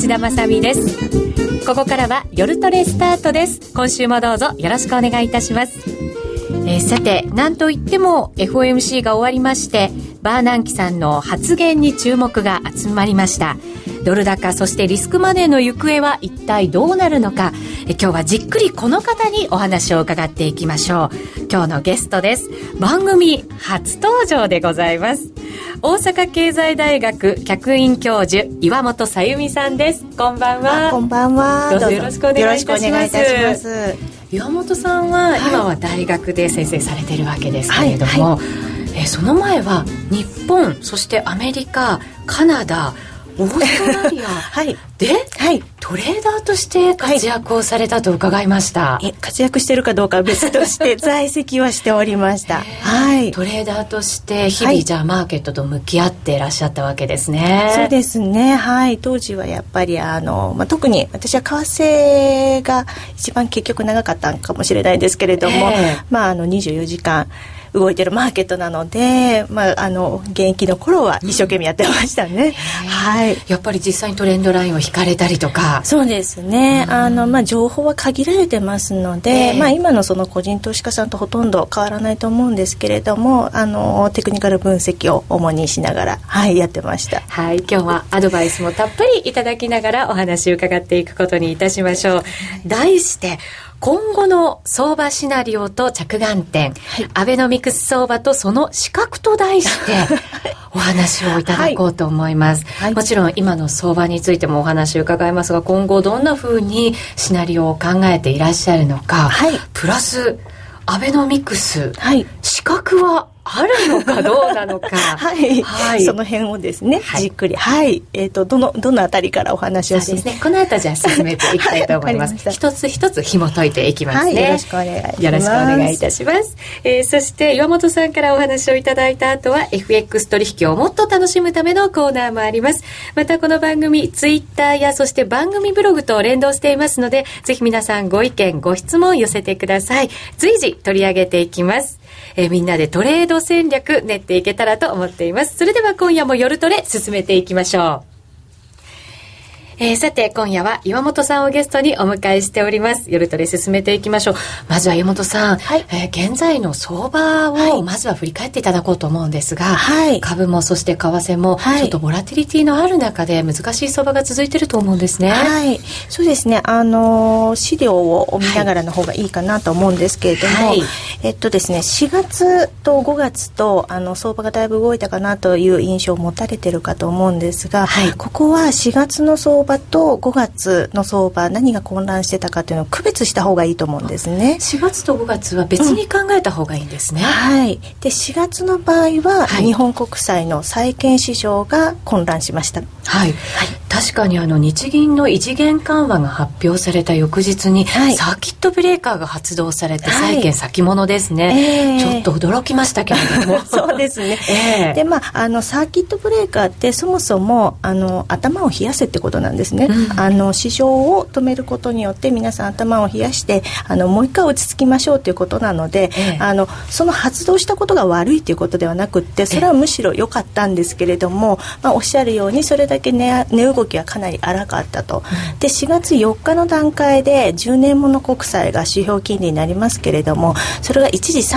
内田まさみです。ここからは夜トレスタートです。今週もどうぞよろしくお願いいたします。さて、なんといっても FOMC が終わりまして、バーナンキさんの発言に注目が集まりました。ドル高、そしてリスクマネーの行方は一体どうなるのか、今日はじっくりこの方にお話を伺っていきましょう。今日のゲストです。番組初登場でございます。大阪経済大学客員教授岩本さゆみさんです。こんばんは。 こんばんは。 どうぞよろしくお願いいたします。 します。 岩本さんは今は大学で先生されているわけですけれども、その前は日本、そしてアメリカ、カナダ、オーストラリアで、トレーダーとして活躍をされたと伺いました。 活躍してるかどうかは別として在籍はしておりました。 トレーダーとして日々じゃあマーケットと向き合っていらっしゃったわけですね。 そうですね。当時はやっぱり特に私は為替が一番結局長かったかもしれないですけれども、24時間動いてるマーケットなので、現役の頃は一生懸命やってましたね。 やっぱり実際にトレンドラインを引かれたりとか。 そうですね。情報は限られてますので、今のその個人投資家さんとほとんど変わらないと思うんですけれども、テクニカル分析を主にしながら、やってました。 今日はアドバイスもたっぷりいただきながらお話を伺っていくことにいたしましょう。題して今後の相場シナリオと着眼点、アベノミクス相場とその資格と題してお話をいただこうと思います。もちろん今の相場についてもお話を伺いますが、今後どんな風にシナリオを考えていらっしゃるのか、プラスアベノミクス、資格はあるのかどうなのかその辺をですね、じっくりどのあたりからお話をして、 この後じゃあ進めていきたいと思います。一つ一つ紐解いていきますね。 よろしくお願いします。 よろしくお願いいたします。そして岩本さんからお話をいただいた後は FX 取引をもっと楽しむためのコーナーもあります。またこの番組ツイッターやそして番組ブログと連動していますので、ぜひ皆さんご意見ご質問寄せてください。随時取り上げていきます。みんなでトレード戦略練っていけたらと思っています。それでは今夜も夜トレ進めていきましょう。さて今夜は岩本さんをゲストにお迎えしております。夜トレ進めていきましょう。まずは岩本さん、現在の相場をまずは振り返っていただこうと思うんですが、株もそして為替もちょっとボラティリティのある中で難しい相場が続いていると思うんですね。 そうですね。資料を見ながらの方がいいかなと思うんですけれども、ですね、4月と5月と相場がだいぶ動いたかなという印象を持たれているかと思うんですが、ここは4月の相場と5月の相場、何が混乱してたかというのを区別した方がいいと思うんですね。 4月と5月は別に考えた方がいいんですね。 で4月の場合は、日本国債の債券市場が混乱しました。 確かに日銀の異次元緩和が発表された翌日に、サーキットブレーカーが発動されて、債券先物ですね、ちょっと驚きましたけれどもそうですね、でサーキットブレーカーってそもそも頭を冷やせってことなんですね。市場を止めることによって皆さん頭を冷やしてもう一回落ち着きましょうということなので、その発動したことが悪いということではなくって、それはむしろ良かったんですけれども、おっしゃるようにそれだけ値動きはかなり荒かったと。で4月4日の段階で10年物国債が指標金利になりますけれども、それが一時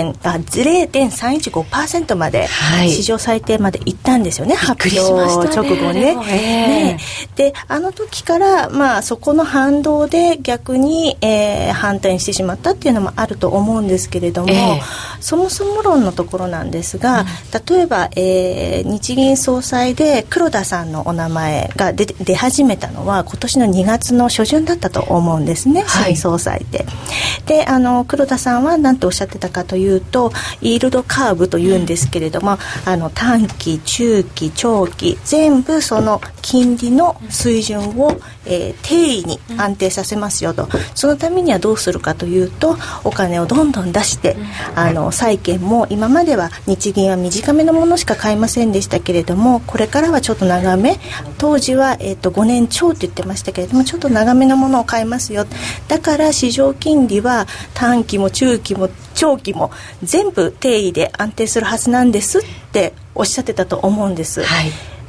0.315% まで、史上最低までいったんですよね。発表直後ね。で時から、そこの反動で逆に、反転してしまったっていうのもあると思うんですけれども、そもそも論のところなんですが、例えば、日銀総裁で黒田さんのお名前が出始めたのは今年の2月の初旬だったと思うんですね、新総裁で。で黒田さんは何とおっしゃってたかというと、イールドカーブというんですけれども、短期、中期、長期全部その金利の水準を、定位に安定させますよと。そのためにはどうするかというと、お金をどんどん出して債券も今までは日銀は短めのものしか買いませんでしたけれども、これからはちょっと長め、当時は、5年超って言ってましたけれども、ちょっと長めのものを買いますよ。だから市場金利は短期も中期も長期も全部定位で安定するはずなんですっておっしゃってたと思うんです。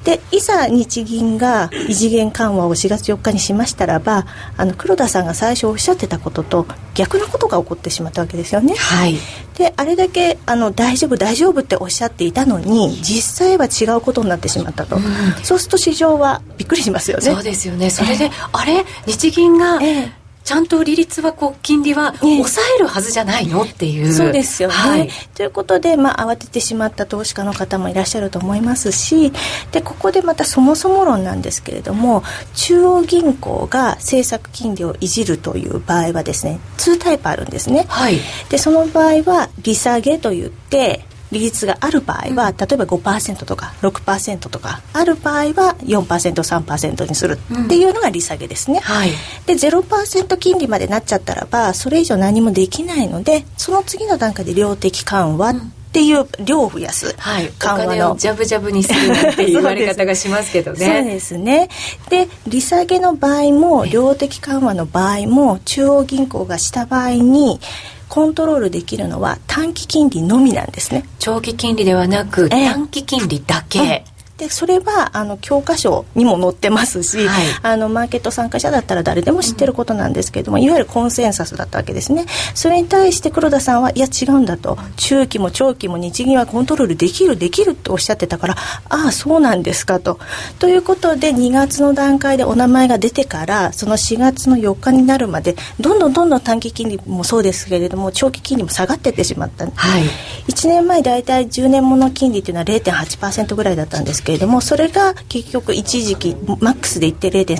でいざ日銀が異次元緩和を4月4日にしましたらば、黒田さんが最初おっしゃってたことと逆のことが起こってしまったわけですよね。 はい、 であれだけ大丈夫大丈夫っておっしゃっていたのに実際は違うことになってしまったと、そうすると市場はびっくりしますよね。 そうですよね。それで、あれ日銀が、ちゃんと利率は金利は抑えるはずじゃないのっていう。 そうですよね、はい、ということで、慌ててしまった投資家の方もいらっしゃると思いますし、でここでまたそもそも論なんですけれども、中央銀行が政策金利をいじるという場合はですね、2タイプあるんですね、 はい、でその場合は利下げといって利率がある場合は、例えば 5% とか 6% とかある場合は 4%、3% にするっていうのが利下げですね、はい、で 0% 金利までなっちゃったらばそれ以上何もできないので、その次の段階で量的緩和っていう量を増やす、 はい、緩和のお金をジャブジャブにするなんて言われ方がしますけどね。 そうですね。で利下げの場合も量的緩和の場合も中央銀行がした場合にコントロールできるのは短期金利のみなんですね。 長期金利ではなく短期金利だけ、 でそれは教科書にも載ってますし、はい、マーケット参加者だったら誰でも知ってることなんですけれども、いわゆるコンセンサスだったわけですね。それに対して黒田さんはいや違うんだと、中期も長期も日銀はコントロールできるっておっしゃってたから、ああそうなんですかということで2月の段階でお名前が出てからその4月の4日になるまでどんどん短期金利もそうですけれども長期金利も下がっていってしまった、はい、1年前だいたい10年もの金利というのは 0.8% ぐらいだったんですけれども、それが結局一時期マックスでいって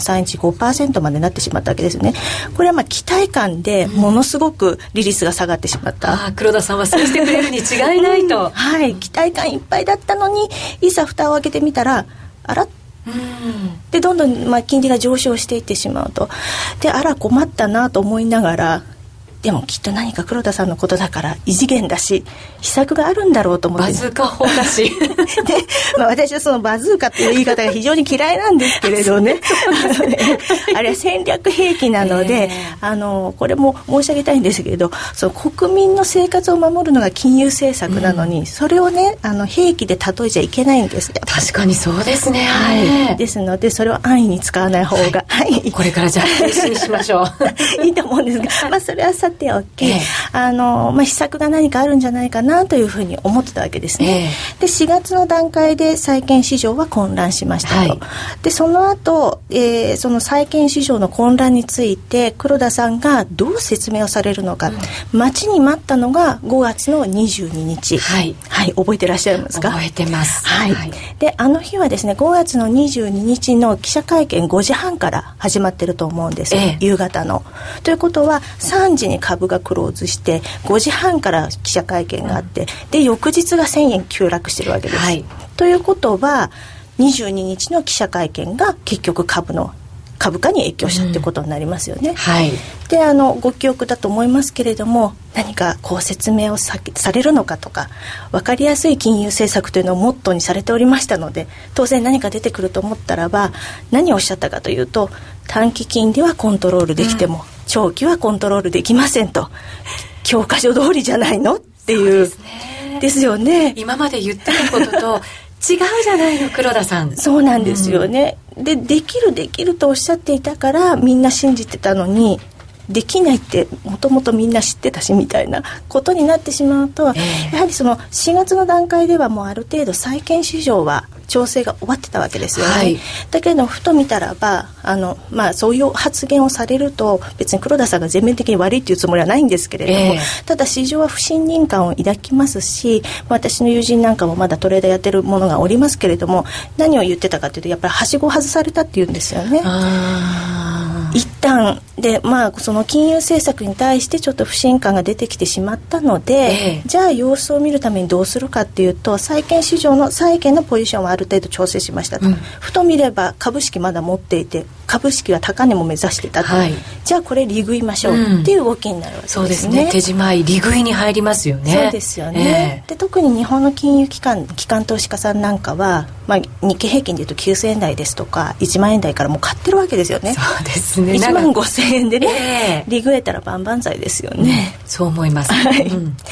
0.315% までなってしまったわけですよね。これは期待感でものすごく利率が下がってしまった、 黒田さんはそうしてくれるに違いないと、 はい、期待感いっぱいだったのにいざ蓋を開けてみたらあらでどんどん金利が上昇していってしまうと、であら困ったなと思いながら、でもきっと何か黒田さんのことだから異次元だし秘策があるんだろうと思って、 バズーカ法だしで、私はそのバズーカっていう言い方が非常に嫌いなんですけれどねあれは戦略兵器なので、これも申し上げたいんですけれど、その国民の生活を守るのが金融政策なのに、それをね兵器で例えちゃいけないんですよ。 確かにそうですね、 はい、ですのでそれを安易に使わない方が、はい、 これからじゃあ停止にしましょういいと思うんですが、それはさておき、秘策が何かあるんじゃないかなというふうに思ってたわけですね、で4月の段階で債券市場は混乱しましたと、はい、でその後、その債券市場の混乱について黒田さんがどう説明をされるのか、待ちに待ったのが5月の22日、はいはい、覚えてらっしゃいますか？ 覚えてます、 はいはい、で日はですね5月の22日の記者会見5時半から始まってると思うんです、夕方の。ということは3時に株がクローズして5時半から記者会見があって、で翌日が1000円急落してるわけです、はい、ということは22日の記者会見が結局株価に影響したってことになりますよね、はい、でご記憶だと思いますけれども、何か説明をされるのかとか分かりやすい金融政策というのをモットーにされておりましたので、当然何か出てくると思ったらば何をおっしゃったかというと、短期金利はコントロールできても、長期はコントロールできませんと、教科書通りじゃないのっていうですよね。 今まで言ってたことと違うじゃないの黒田さん。 そうなんですよね、できるとおっしゃっていたからみんな信じてたのに、できないってもともとみんな知ってたしみたいなことになってしまうと、やはりその4月の段階ではもうある程度債券市場は調整が終わってたわけですよね、はい、だけどふと見たらばそういう発言をされると、別に黒田さんが全面的に悪いっていうつもりはないんですけれども、ただ市場は不信任感を抱きますし、私の友人なんかもまだトレーダーやってるものがおりますけれども、何を言ってたかというと、やっぱりはしごを外されたっていうんですよね。一旦で、その金融政策に対してちょっと不信感が出てきてしまったので、じゃあ様子を見るためにどうするかっていうと、債券市場の債券のポジションはある程度調整しましたと、ふと見れば株式まだ持っていて、株式は高値も目指してたと、はい、じゃあこれ利食いましょうっていう動きになるわけですね、そうですね、 手締まい利食いに入りますよね。 そうですよね、で特に日本の金融機関投資家さんなんかは、日経平均でいうと9000円台ですとか1万円台からもう買ってるわけですよね。 そうですね、 1万5000円でね、利食えたら万々歳ですよね、 そう思います、 はい、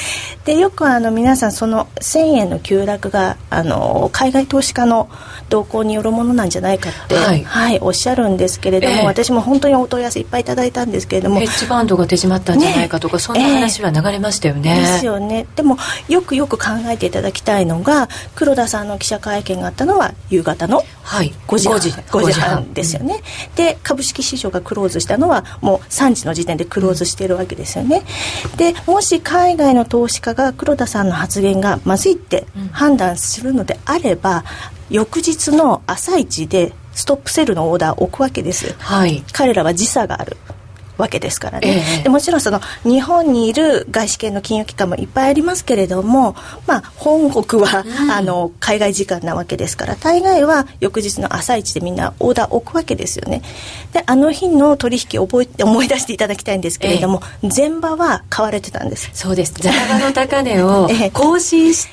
でよく皆さんその1000円の急落が海外投資家の動向によるものなんじゃないかって、はいはい、おっしゃるんですけれども、私も本当にお問い合わせいっぱいいただいたんですけれども、 ヘッジファンドが手締まったんじゃないかとか、そんな話は流れましたよね。 ですよね。でもよく考えていただきたいのが、黒田さんの記者会見があったのは夕方の5時半ですよね、で株式市場がクローズしたのはもう3時の時点でクローズしているわけですよね。でもし海外の投資家が黒田さんの発言がまずいって判断するのであれば、翌日の朝一でストップセルのオーダーを置くわけです、はい、彼らは時差があるわけですからね、でもちろんその日本にいる外資系の金融機関もいっぱいありますけれども、本国は、海外時間なわけですから、大概は翌日の朝一でみんなオーダーを置くわけですよね。であの日の取引を思い出していただきたいんですけれども、前場は買われてたんです。 そうです。前場の高値を更新して、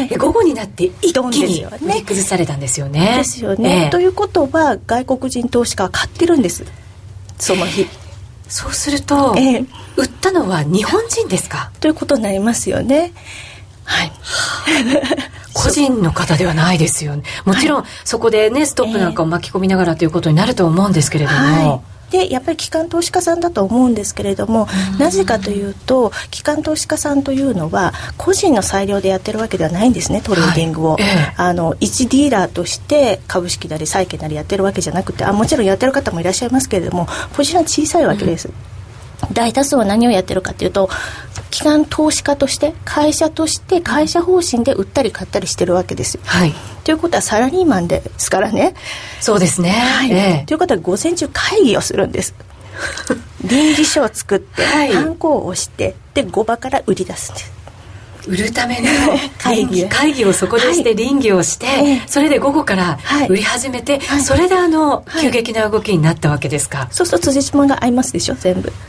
午後になって一気に売り崩されたんですよね。 ですよね、ということは外国人投資家は買ってるんです、その日。 そうすると、売ったのは日本人ですかということになりますよね。はい、 個人の方ではないですよね。もちろん、そこでねストップなんかを巻き込みながらということになると思うんですけれども、 でやっぱり機関投資家さんだと思うんですけれども、なぜかというと機関投資家さんというのは個人の裁量でやってるわけではないんですね、トレーディングを、一ディーラーとして株式なり債券なりやってるわけじゃなくて、もちろんやってる方もいらっしゃいますけれども、ポジションは小さいわけです、大多数は何をやってるかというと、機関投資家として会社として会社方針で売ったり買ったりしてるわけですよ、ということはサラリーマンですからね。 そうですね、 ということは午前中会議をするんです臨時書を作ってハンコを押して、で5場から売り出すんです。 売るための会議をそこでして倫理をして、それで午後から売り始めて、それで急激な動きになったわけですか。 そうすると辻褄が合いますでしょ、全部。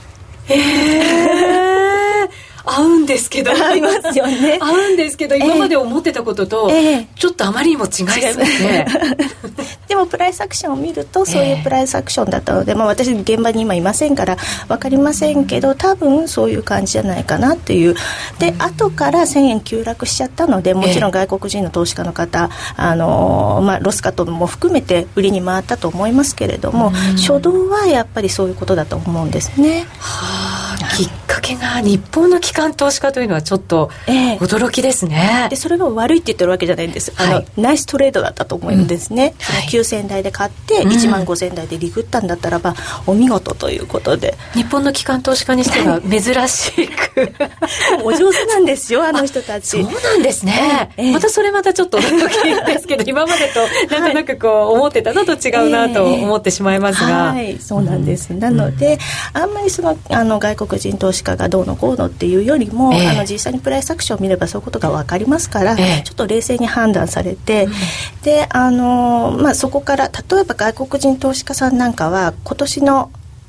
合うんですけど、 合いますよね。 合うんですけど、今まで思ってたこととちょっとあまりにも違いすぎて、 でもプライスアクションを見るとそういうプライスアクションだったので、私現場に今いませんから分かりませんけど、多分そういう感じじゃないかなっていう。で後から1000円急落しちゃったので、もちろん外国人の投資家の方、ロスカットも含めて売りに回ったと思いますけれども、初動はやっぱりそういうことだと思うんですね。 きっかけが日本の機関投資家というのはちょっと驚きですね。 でそれが悪いって言ってるわけじゃないんです。ナイストレードだったと思うんですね、9000円台で買って1万5000円台でリグったんだったらば、お見事ということで、 日本の機関投資家にしては珍しくお上手なんですよ、あの人たち。 そうなんですね、またそれまたちょっと驚きですけど今までとなんとなくこう思ってたのと違うなと思ってしまいますが、 そうなんです、なのであんまりその外国人投資家がどうのこうのっていうよりも、実際にプライスアクションを見ればそういうことが分かりますから、ちょっと冷静に判断されて、でそこから例えば外国人投資家さんなんかは今年の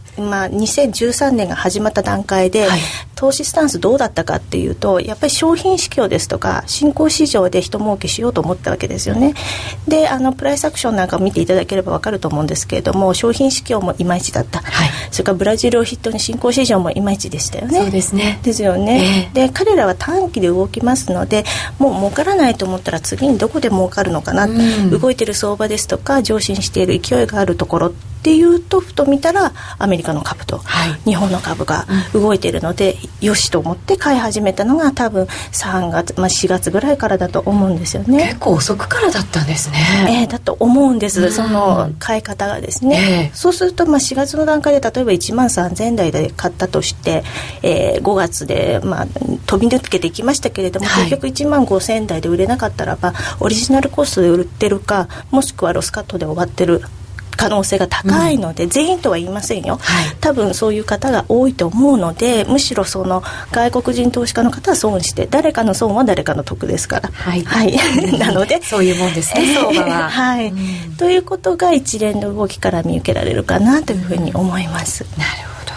2013年が始まった段階で、投資スタンスどうだったかっていうと、やっぱり商品市況ですとか新興市場で人儲けしようと思ったわけですよね。でプライスアクションなんかを見ていただければ分かると思うんですけれども、商品市況もいまいちだった、それからブラジルを筆頭に新興市場もいまいちでしたよね。 そうですね。 ですよね、で彼らは短期で動きますので、もう儲からないと思ったら次にどこで儲かるのかな、動いてる相場ですとか上昇している勢いがあるところっていうと、ふと見たらアメリカの株と日本の株が動いているので、よしと思って買い始めたのが多分3月、4月ぐらいからだと思うんですよね。 結構遅くからだったんですね。 だと思うんです、その買い方がですね、そうすると4月の段階で例えば1万3000円台で買ったとして、5月で飛び抜けていきましたけれども、結局1万5000円台で売れなかったらば、オリジナルコストで売ってるか、もしくはロスカットで終わってる可能性が高いので、全員とは言いませんよ、多分そういう方が多いと思うので、むしろその外国人投資家の方は損して、誰かの損は誰かの得ですから、なのでそういうもんですね、相場は。 ということが一連の動きから見受けられるかなというふうに思います。 なるほど。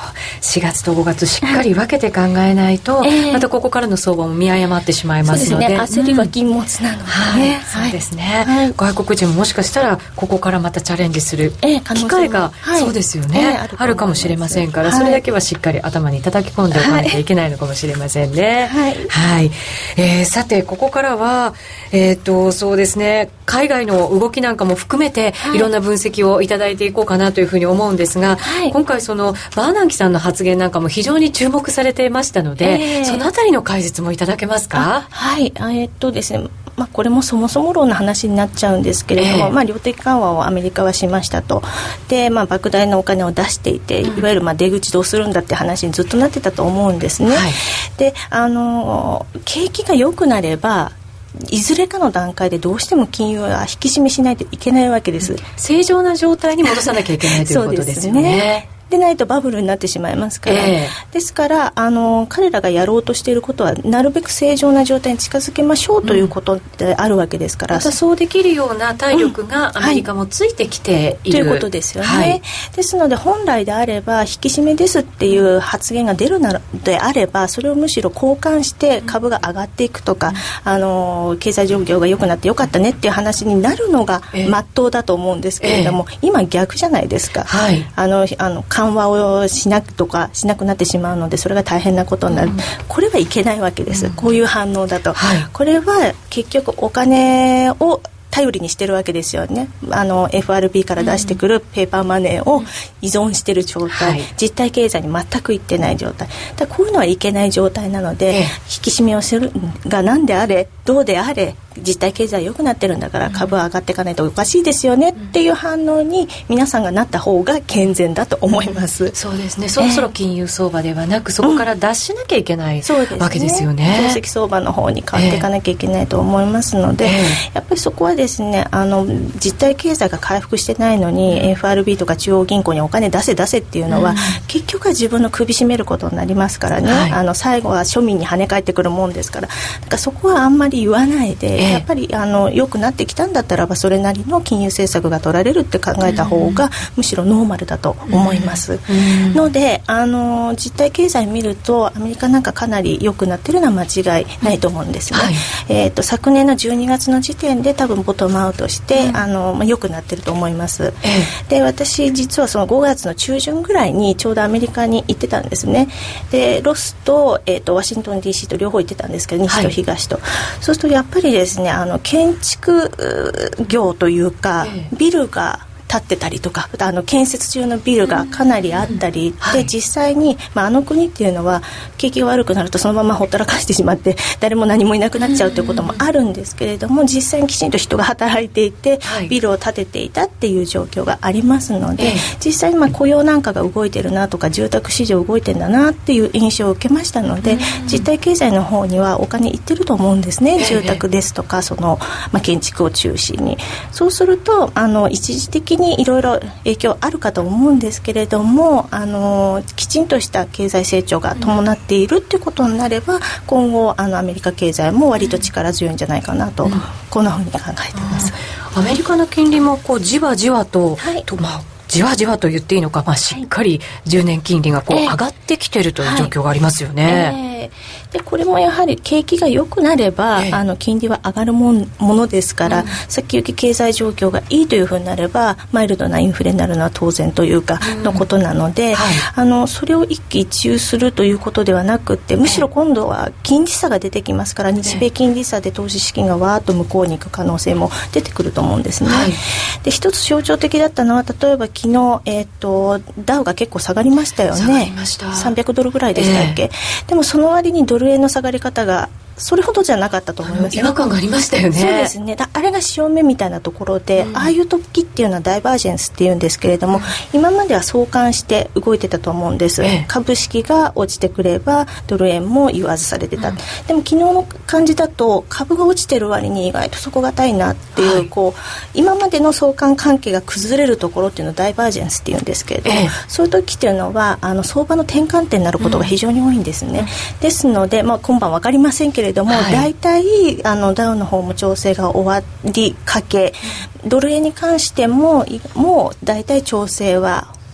4月と5月しっかり分けて考えないと、またここからの相場も見誤ってしまいますので、 焦りは禁物なのでね、 そうですね、外国人ももしかしたらここからまたチャレンジする機会が、そうですよね、あるかもしれませんから、それだけはしっかり頭に叩き込んでおかなきゃいけないのかもしれませんね。さてここからはそうですね、海外の動きなんかも含めて、いろんな分析をいただいていこうかなというふうに思うんですが、今回そのバーナンキさんの発言なんかも非常に注目されていましたので、そのあたりの解説もいただけますか？ ですね、これもそもそも論の話になっちゃうんですけれども、量的緩和をアメリカはしましたと。で、莫大なお金を出していて、いわゆる出口どうするんだって話にずっとなってたと思うんですね。で、景気が良くなればいずれかの段階でどうしても金融は引き締めしないといけないわけです。 正常な状態に戻さなきゃいけないということですよね。 でないとバブルになってしまいますから、ですから彼らがやろうとしていることはなるべく正常な状態に近づけましょうということであるわけですから、 またそうできるような体力がアメリカもついてきている、 ということですよね。ですので本来であれば引き締めですっていう発言が出るのであれば、それをむしろ交換して株が上がっていくとか、経済状況が良くなってよかったねっていう話になるのが真っ当だと思うんですけれども、今逆じゃないですか。緩和をしなくなってしまうので、それが大変なことになる、これはいけないわけです、こういう反応だと、これは結局お金を頼りにしてるわけですよね。FRB から出してくるペーパーマネーを依存してる状態、実体経済に全くいってない状態だ。こういうのはいけない状態なので、引き締めをするが何であれどうであれ実体経済良くなってるんだから株は上がっていかないとおかしいですよねっていう反応に皆さんがなった方が健全だと思います。 そうですね、そろそろ金融相場ではなく、そこから脱しなきゃいけない、わけですよね。 業績相場の方に変わっていかなきゃいけないと思いますので、やっぱりそこはですね、実体経済が回復してないのに、FRB とか中央銀行にお金出せっていうのは、結局は自分の首絞めることになりますからね、最後は庶民に跳ね返ってくるもんですから、だからそこはあんまり言わないで、やっぱり良くなってきたんだったらばそれなりの金融政策が取られるって考えた方が、むしろノーマルだと思います、ので実体経済見るとアメリカなんかかなり良くなってるのは間違いないと思うんですね、昨年の12月の時点で多分ボトムアウトして、良くなってると思います、で私実はその5月の中旬ぐらいにちょうどアメリカに行ってたんですね。でロスと、ワシントン DC と両方行ってたんですけど、西と東と、そうするとやっぱりですね、建築業というか、ビルが建ってたりとか、建設中のビルがかなりあったり、で実際に、国っていうのは景気が悪くなるとそのままほったらかしてしまって誰も何もいなくなっちゃうということもあるんですけれども、実際にきちんと人が働いていて、ビルを建てていたっていう状況がありますので、実際に雇用なんかが動いてるなとか、住宅市場動いてるんだなっていう印象を受けましたので、実体経済の方にはお金いってると思うんですね、住宅ですとか建築を中心に。そうすると一時的にいろいろ影響あるかと思うんですけれども、きちんとした経済成長が伴っているっていうことになれば、今後アメリカ経済も割と力強いんじゃないかなと、こんなふうに考えています。 アメリカの金利もじわじわと、じわじわと言っていいのか、しっかり10年金利が上がってきているという状況がありますよね。 でこれもやはり景気が良くなれば、金利は上がるものですから、先行き経済状況がいいというふうになればマイルドなインフレになるのは当然というかのことなので、それを一喜一憂するということではなくて、むしろ今度は金利差が出てきますから、日米金利差で投資資金がわーっと向こうに行く可能性も出てくると思うんですね。で一つ象徴的だったのは、例えば昨日、ダウが結構下がりましたよね。 下がりました。 300ドルぐらいでしたっけ、でもその割にドル円の下がり方がそれほどじゃなかったと思います。 違和感がありましたよね。 そうですね。あれが潮目みたいなところで、ああいう時っていうのはダイバージェンスっていうんですけれども、今までは相関して動いてたと思うんです、株式が落ちてくればドル円も言わずされてた、でも昨日の感じだと株が落ちてる割に意外と底堅いなっていう、今までの相関関係が崩れるところっていうのをダイバージェンスっていうんですけれども、そういう時っていうのは相場の転換点になることが非常に多いんですね、ですので、今晩分かりませんけれども、大体ダウの方も調整が終わりかけ、ドル円に関してももう大体調整は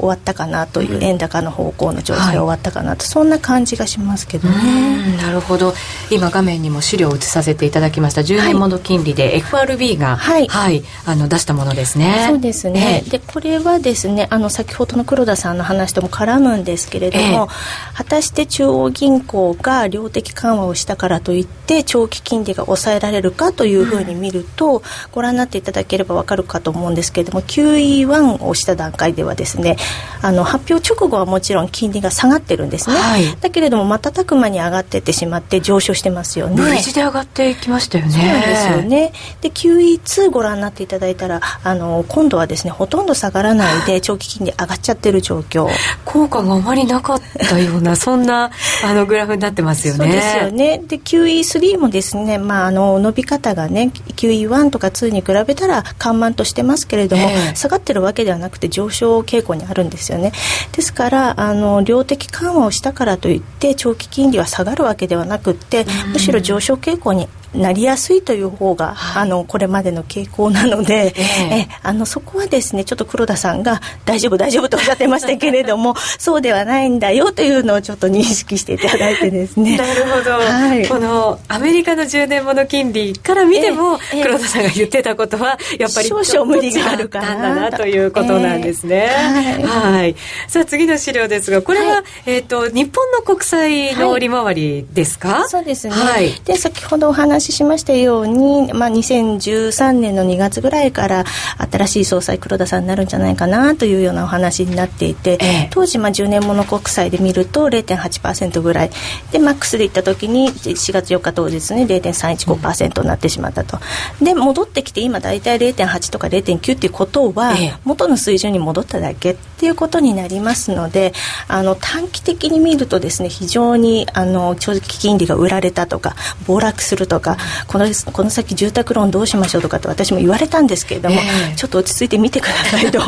終わったかなという、円高の方向の調整が終わったかなと、そんな感じがしますけどね。 なるほど。今画面にも資料を映させていただきました10年物金利で FRB が、出したものですね。 そうですね、でこれはですね先ほどの黒田さんの話とも絡むんですけれども、果たして中央銀行が量的緩和をしたからといって長期金利が抑えられるかというふうに見ると、ご覧になっていただければ分かるかと思うんですけれども QE1 をした段階ではですね発表直後はもちろん金利が下がってるんですね、だけれども瞬く間に上がっていってしまって上昇してますよね。 V 字で上がっていきましたよね。 そうなんですよね。で QE2 ご覧になっていただいたら今度はですねほとんど下がらないで長期金利上がっちゃってる状況、 効果があまりなかったようなそんなグラフになってますよね。 そうですよね。で QE3 もですね、伸び方がね QE1 とか2に比べたら緩慢としてますけれども、下がってるわけではなくて上昇傾向にあるんですよね。ですから量的緩和をしたからといって長期金利は下がるわけではなくって、むしろ上昇傾向になりやすいという方が、これまでの傾向なので、そこはですねちょっと黒田さんが大丈夫大丈夫とおっしゃってましたけれどもそうではないんだよというのをちょっと認識していただいてですねなるほど、このアメリカの10年物金利から見ても、黒田さんが言ってたことはやっぱり少々無理があるかなということなんですね。さあ次の資料ですがこれは、日本の国債の利回りですか？ そうですね、で先ほどお話しましたように、2013年の2月ぐらいから新しい総裁黒田さんになるんじゃないかなというようなお話になっていて、当時10年物国債で見ると 0.8% ぐらいでマックスでいった時に4月4日当日ね 0.315% になってしまったと。で戻ってきて今だいたい 0.8 とか 0.9 っていうことは、元の水準に戻っただけっていうことになりますので短期的に見るとですね非常に長期金利が売られたとか暴落するとかこの先住宅ローンどうしましょうとかって私も言われたんですけれども、ちょっと落ち着いて見てくださいと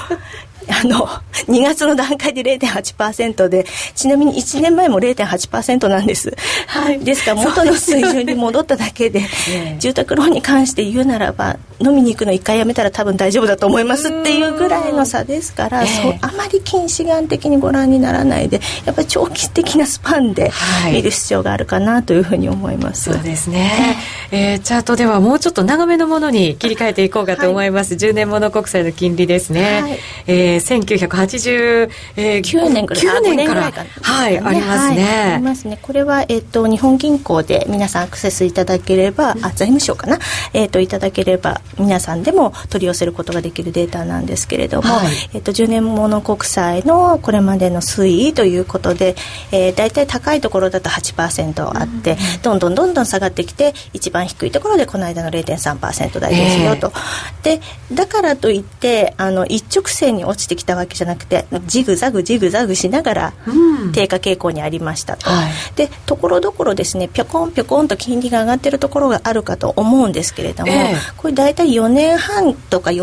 2月の段階で 0.8% でちなみに1年前も 0.8% なんです、ですから元の水準に戻っただけで住宅ローンに関して言うならば飲みに行くの1回やめたら多分大丈夫だと思いますっていうぐらいの差ですから、あまり近視眼的にご覧にならないでやっぱり長期的なスパンで見る必要があるかなというふうに思います。 そうですね、チャートではもうちょっと長めのものに切り替えていこうかと思います、10年物国債の金利ですね、1989年ぐらい9年から、ありますね、ありますね。 これは、日本銀行で皆さんアクセスいただければ、財務省かな、いただければ皆さんでも取り寄せることができるデータなんですけれども、10年物国債のこれまでの推移ということで、だいたい高いところだと 8% あって、どんどん下がってきて一番低いところでこの間の 0.3% 台ですよと、でだからといって一直線に落ちてきたわけじゃなくてジグザグしながら低下傾向にありましたと、でところどころですねぴょこんと金利が上がっているところがあるかと思うんですけれども、これ大体4年半とか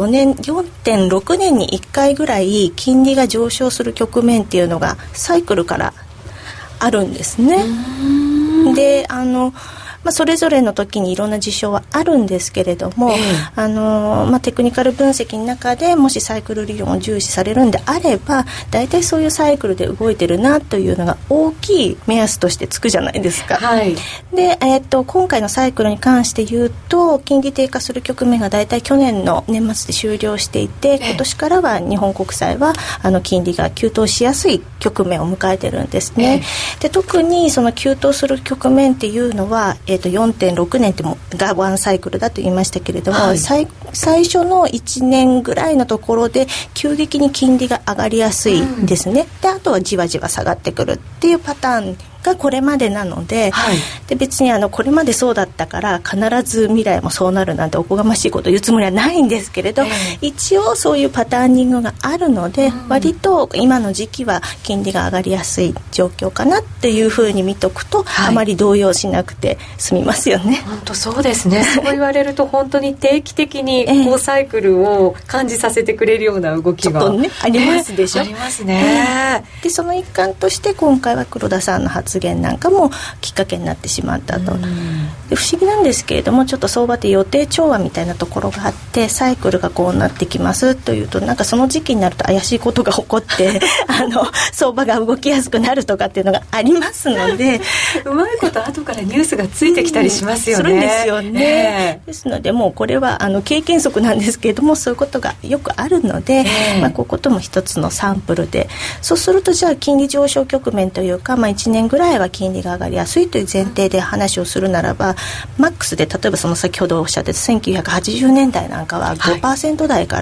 4.6年に1回ぐらい金利が上昇する局面っていうのがサイクルからあるんですね。でそれぞれの時にいろんな事象はあるんですけれども、テクニカル分析の中でもしサイクル理論を重視されるんであれば大体そういうサイクルで動いてるなというのが大きい目安としてつくじゃないですか、で、今回のサイクルに関して言うと金利低下する局面が大体去年の年末で終了していて、今年からは日本国債は金利が急騰しやすい局面を迎えてるんですね、で特にその急騰する局面っていうのは4.6 年ってがワンサイクルだと言いましたけれども、最初の1年ぐらいのところで急激に金利が上がりやすいんですね、であとはじわじわ下がってくるっていうパターンがこれまでなので、で別にこれまでそうだったから必ず未来もそうなるなんておこがましいことを言うつもりはないんですけれど、一応そういうパターニングがあるので、割と今の時期は金利が上がりやすい状況かなっていうふうに見とくと、あまり動揺しなくて済みますよね。 本当そうですねそう言われると本当に定期的に高サイクルを感じさせてくれるような動きが、 ちょっとねありますでしょ、 ありますね、 でその一環として今回は黒田さんの発発言なんかもきっかけになってしまったと。で不思議なんですけれども、ちょっと相場って予定調和みたいなところがあって、サイクルがこうなってきますというと、なんかその時期になると怪しいことが起こって相場が動きやすくなるとかっていうのがありますのでうまいこと後からニュースがついてきたりしますよね。 するんですよね、ですのでもうこれは経験則なんですけれども、そういうことがよくあるので、こういうことも一つのサンプルで、そうするとじゃあ金利上昇局面というか、1年ぐらいは金利が上がりやすいという前提で話をするならば、マックスで例えばその先ほどおっしゃってた1980年代なんかは 5% 台から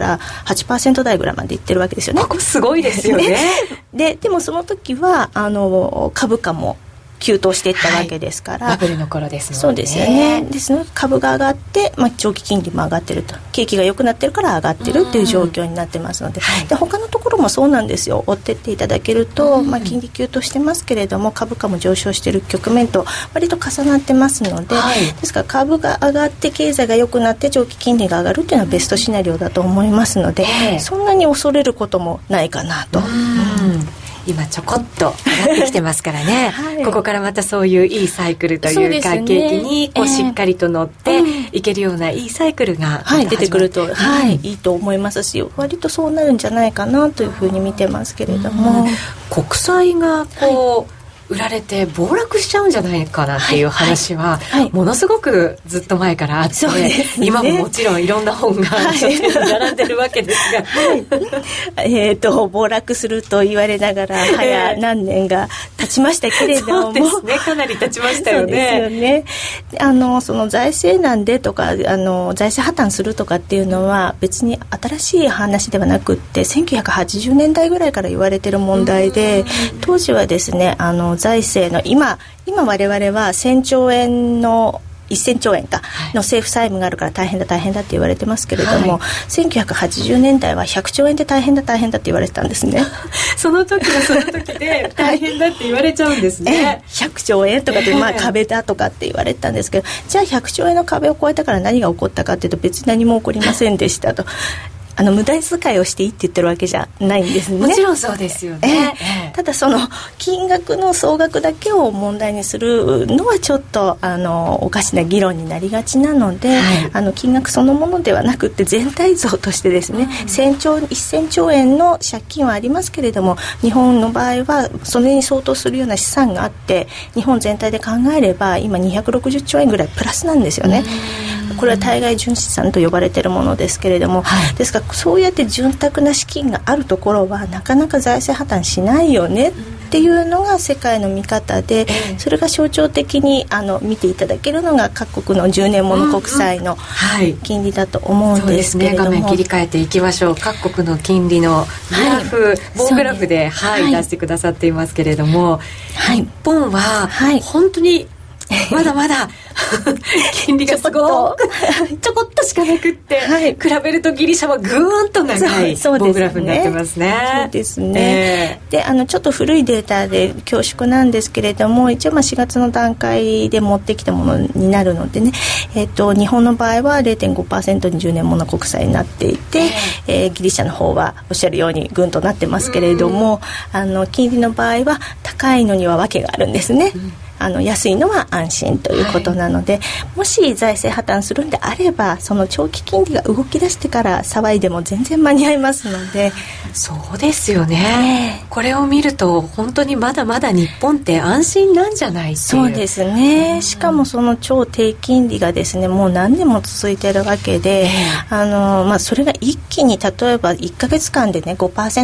8% 台ぐらいまでいってるわけですよね。 ここすごいですよね。 でもその時は株価も急騰していったわけですから、 バブルの頃ですもんね。 そうですよね。ですので株が上がって、長期金利も上がってると、景気が良くなってるから上がってるっていう状況になってますので、で他のところもそうなんですよ。追ってっていただけると、金利急騰してますけれども株価も上昇している局面と割と重なってますので、ですから株が上がって経済が良くなって長期金利が上がるっていうのはベストシナリオだと思いますので、そんなに恐れることもないかなと。 今ちょこっと上がってきてますからね、ここからまたそういういいサイクルというか、景気にこうしっかりと乗っていけるようないいサイクルが出てくると、いいと思いますし、割とそうなるんじゃないかなというふうに見てますけれども、 国債がこう、売られて暴落しちゃうんじゃないかなっていう話はものすごくずっと前からあって、今ももちろんいろんな本が書店に並んでるわけですが、暴落すると言われながら早何年が経ちましたけれども、 そうですね、かなり経ちましたよね。 そうですよね。その財政難でとか財政破綻するとかっていうのは別に新しい話ではなくって、1980年代ぐらいから言われてる問題で、当時はですね財政の今我々は1000兆円の1000兆円かの政府債務があるから大変だって言われてますけれども、1980年代は100兆円で大変だって言われてたんですね。 その時はその時で大変だって言われちゃうんですね。 100兆円とかで壁だとかって言われてたんですけど、じゃあ100兆円の壁を超えたから何が起こったかっていうと、別に何も起こりませんでしたと。無駄遣いをしていいって言ってるわけじゃないんですね。 もちろんそうですよね。 ただその金額の総額だけを問題にするのはちょっとおかしな議論になりがちなので、金額そのものではなくて全体像としてですね、1000兆円の借金はありますけれども、日本の場合はそれに相当するような資産があって、日本全体で考えれば今260兆円ぐらいプラスなんですよね。これは対外純資産と呼ばれているものですけれども、ですからそうやって潤沢な資金があるところはなかなか財政破綻しないよねっていうのが世界の見方で、それが象徴的に見ていただけるのが各国の10年もの国債の金利だと思うんですけれども、 そうですね、画面切り替えていきましょう。各国の金利のグラフ、棒グラフで、出してくださっていますけれども、日本は本当にまだまだ金利がすごくちょこっとしかなくって、比べるとギリシャはぐーんと長い棒グラフになってますね。 そうですね。でちょっと古いデータで恐縮なんですけれども、一応4月の段階で持ってきたものになるのでね、日本の場合は 0.5% に10年もの国債になっていて、ギリシャの方はおっしゃるようにぐんとなってますけれども、金利の場合は高いのには訳があるんですね。安いのは安心ということなので、もし財政破綻するんであれば、その長期金利が動き出してから騒いでも全然間に合いますので。 そうですよね、これを見ると本当にまだまだ日本って安心なんじゃないっていう。 そうですね、しかもその超低金利がですねもう何年も続いているわけで、それが一気に例えば1ヶ月間でね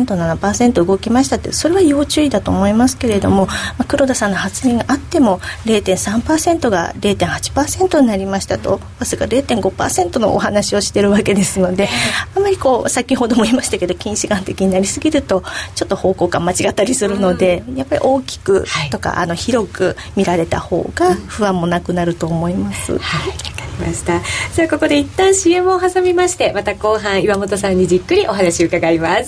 5%、7% 動きましたって、それは要注意だと思いますけれども、黒田さんの発言があっても 0.3% が 0.8% になりましたと、わずか 0.5% のお話をしているわけですので、あまり先ほども言いましたけど近視眼的になりすぎるとちょっと方向感間違ったりするので、やっぱり大きくとか、広く見られた方が不安もなくなると思います。 わかりました。さあここで一旦 CM を挟みまして、また後半岩本さんにじっくりお話を伺います。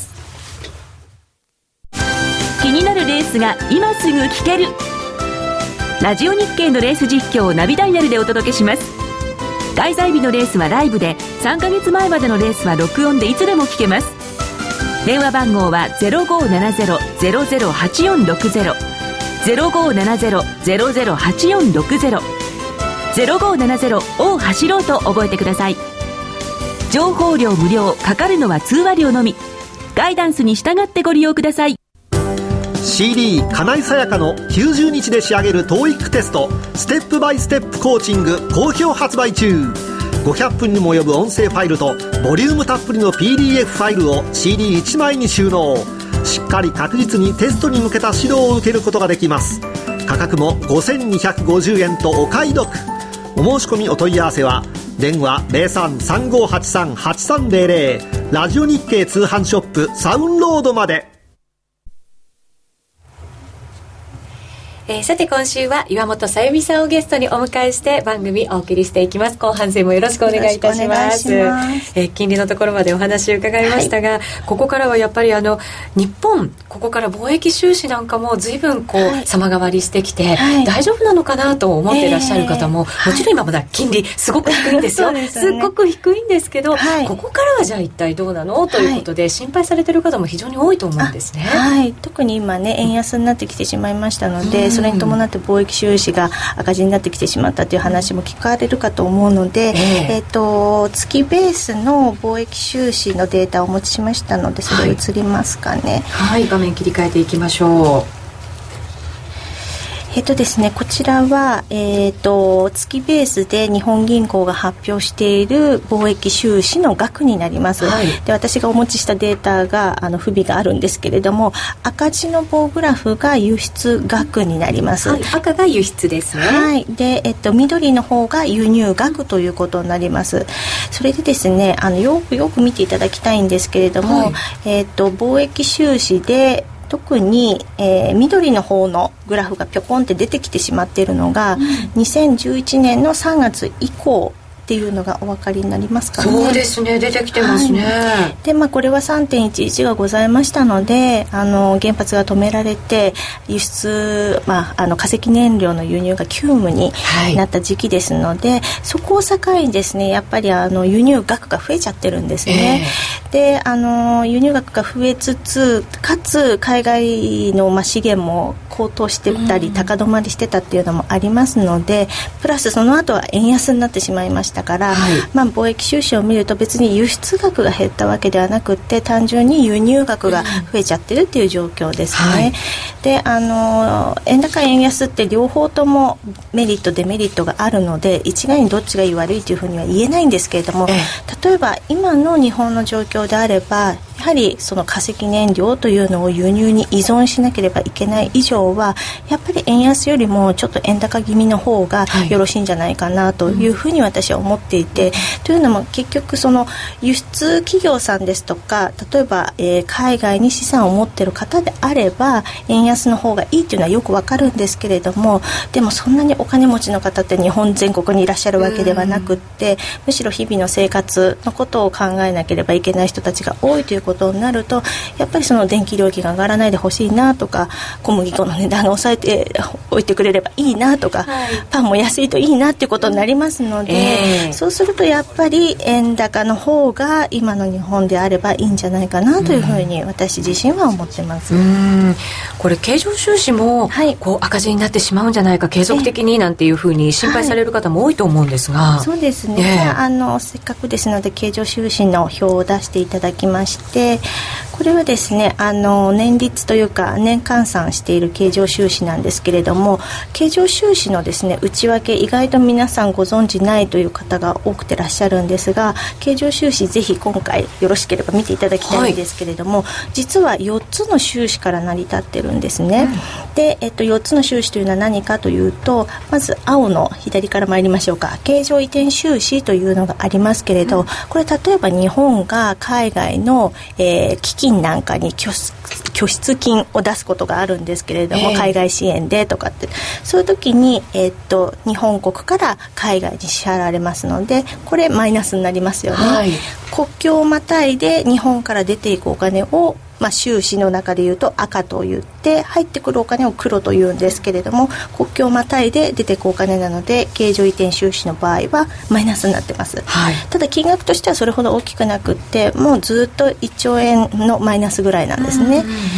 気になるレースが今すぐ聞ける、ラジオ日経のレース実況をナビダイヤルでお届けします。開催日のレースはライブで、3ヶ月前までのレースは録音でいつでも聞けます。電話番号は 0570-008460 0570-008460 0570を走ろうと覚えてください。情報料無料、かかるのは通話料のみ。ガイダンスに従ってご利用ください。 CD 金井さやかの90日で仕上げる TOEIC テストステップバイステップコーチング好評発売中。500分にも及ぶ音声ファイルとボリュームたっぷりの PDF ファイルを CD1 枚に収納。しっかり確実にテストに向けた指導を受けることができます。価格も5250円とお買い得。お申し込みお問い合わせは電話 03-3583-8300 ラジオ日経通販ショップサウンロードまで。 さて今週は岩本さゆみさんをゲストにお迎えして番組お送りしていきます。後半戦もよろしくお願いいたします。金利のところまでお話を伺いましたが、はい、ここからはやっぱり日本ここから貿易収支なんかも随分様変わりしてきて、はい、大丈夫なのかなと思っていらっしゃる方も、もちろん今まだ金利すごく低いんですよ。すっごく低いんですけど、はい、ここからはじゃあ一体どうなのということで心配されている方も非常に多いと思うんですね。 はい、特に今ね円安になってきてしまいましたので、それに伴って貿易収支が赤字になってきてしまったという話も聞かれるかと思うので、月ベースの貿易収支のデータをお持ちしましたので、それ映りますかね。 はい、画面切り替えていきましょう。 ですね、こちらは、月ベースで日本銀行が発表している貿易収支の額になります、はい、で私がお持ちしたデータが不備があるんですけれども、赤字の棒グラフが輸出額になります、はい、 赤が輸出ですね。 はい、で、緑の方が輸入額ということになります。それでですね、よく見ていただきたいんですけれども、はい、貿易収支で特に、緑の方のグラフがぴょこんって出てきてしまっているのが、2011年の3月以降っていうのがお分かりになりますかね。 そうですね、出てきてますね、 はい、でこれは 3.11 がございましたので、原発が止められて輸出、化石燃料の輸入が急務になった時期ですので、そこを境にですね、やっぱり輸入額が増えちゃってるんですね、で輸入額が増えつつ、かつ海外の、資源も高騰してたり高止まりしてたっていうのもありますので、プラスその後は円安になってしまいましたから、はい、貿易収支を見ると別に輸出額が減ったわけではなくって、単純に輸入額が増えちゃってるっていう状況ですね、はい、で円高円安って両方ともメリットデメリットがあるので、一概にどっちがいい悪いというふうには言えないんですけれども、例えば今の日本の状況であれば、やはりその化石燃料というのを輸入に依存しなければいけない以上は、やっぱり円安よりもちょっと円高気味の方がよろしいんじゃないかなというふうに私は思っていて、というのも結局その輸出企業さんですとか、例えば、海外に資産を持っている方であれば円安の方がいいというのはよくわかるんですけれども、でもそんなにお金持ちの方って日本全国にいらっしゃるわけではなくって、むしろ日々の生活のことを考えなければいけない人たちが多いということになると、やっぱりその電気料金が上がらないでほしいなとか、小麦粉の値段が抑えておいてくれればいいなとか、はい、パンも安いといいなっていうことになりますので、そうするとやっぱり円高の方が今の日本であればいいんじゃないかなというふうに私自身は思ってます。 これ経常収支も赤字になってしまうんじゃないか、継続的になんていうふうに心配される方も多いと思うんですが、 そうですね、せっかくですので経常収支の表を出していただきまして、これはですね、年率というか年換算している経常収支なんですけれども、経常収支のですね内訳、意外と皆さんご存じないという方が多くてらっしゃるんですが、経常収支ぜひ今回よろしければ見ていただきたいんですけれども、実は4つの収支から成り立ってるんですね、で、4つの収支というのは何かというと、まず青の左から参りましょうか。経常移転収支というのがありますけれど、これ例えば日本が海外の、基金なんかに拠出金を出すことがあるんですけれども、海外支援でとかって、そういう時に、日本国から海外に支払われますので、これマイナスになりますよね、はい、国境をまたいで日本から出ていくお金を、収支の中でいうと赤と言って、入ってくるお金を黒と言うんですけれども、国境をまたいで出ていくお金なので、経常移転収支の場合はマイナスになってます、はい、ただ金額としてはそれほど大きくなくって、もうずっと1兆円のマイナスぐらいなんですね。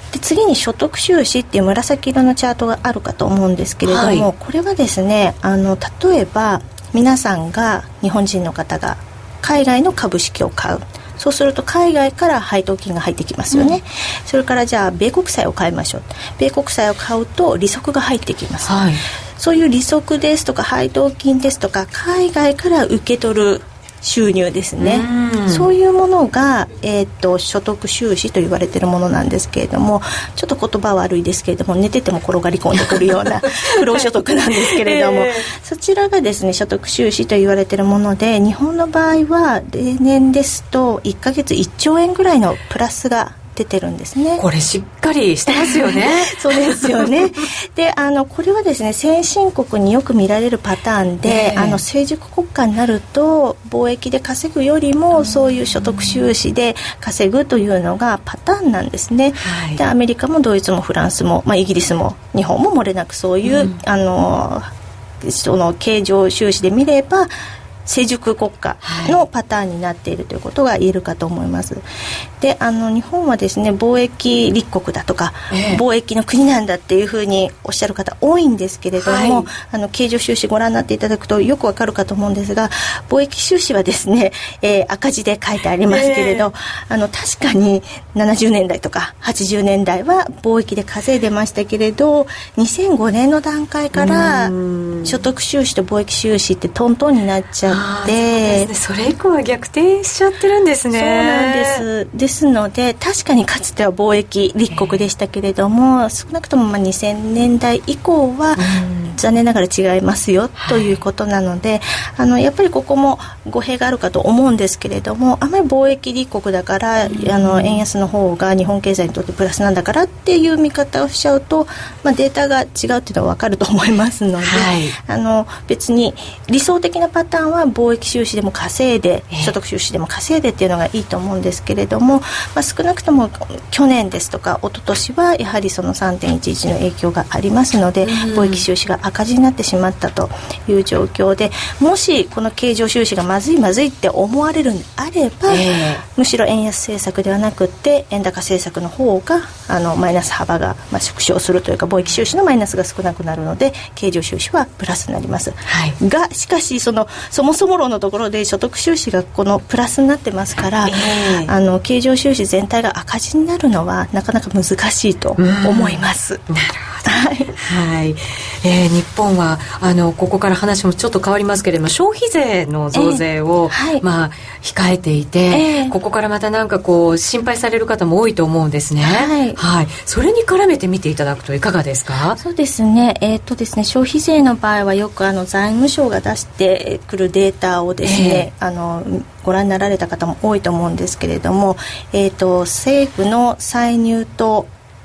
で次に所得収支っていう紫色のチャートがあるかと思うんですけれども、これはですね例えば皆さんが日本人の方が海外の株式を買う、そうすると海外から配当金が入ってきますよね、それからじゃあ米国債を買いましょう、米国債を買うと利息が入ってきます、そういう利息ですとか配当金ですとか海外から受け取る収入ですね、そういうものが、所得収支と言われているものなんですけれども、ちょっと言葉は悪いですけれども寝てても転がり込んでくるような不労所得なんですけれども、そちらがですね所得収支と言われているもので、日本の場合は例年ですと1ヶ月1兆円ぐらいのプラスが出てるんですね。 これしっかりしてますよねそうですよね。でこれはですね先進国によく見られるパターンで、成熟国家になると貿易で稼ぐよりもそういう所得収支で稼ぐというのがパターンなんですね、でアメリカもドイツもフランスも、イギリスも日本も漏れなくそういう、その経常収支で見れば成熟国家のパターンになっているということが言えるかと思います。で日本はですね貿易立国だとか、貿易の国なんだっていうふうにおっしゃる方多いんですけれども、経常収支ご覧になっていただくとよくわかるかと思うんですが、貿易収支はですね、赤字で書いてありますけれど、確かに70年代とか80年代は貿易で稼いでましたけれど、2005年の段階から所得収支と貿易収支ってトントンになっちゃうそれ以降は逆転しちゃってるんですね。 そうなんです。ですので確かにかつては貿易立国でしたけれども、少なくとも2000年代以降は残念ながら違いますよということなので、やっぱりここも語弊があるかと思うんですけれども、あまり貿易立国だから円安の方が日本経済にとってプラスなんだからっていう見方をしちゃうと、データが違うっていうのは分かると思いますので、別に理想的なパターンは貿易収支でも稼いで、所得収支でも稼いでっていうのがいいと思うんですけれども、少なくとも去年ですとか一昨年はやはりその 3.11 の影響がありますので、貿易収支が赤字になってしまったという状況で、もしこの経常収支がまずいって思われるのであれば、むしろ円安政策ではなくって円高政策の方がマイナス幅が縮小するというか、貿易収支のマイナスが少なくなるので経常収支はプラスになります、がしかしそもそも論のところで所得収支がこのプラスになってますから、経常収支全体が赤字になるのはなかなか難しいと思います。 なるほど、日本はここから話もちょっと変わりますけれども、消費税の増税を、控えていて、ここからまたなんか心配される方も多いと思うんですね。それに絡めて見ていただくといかがですか？ そうですね、消費税の場合はよく財務省が出してくるデータをですね、ご覧になられた方も多いと思うんですけれども、政府の歳入と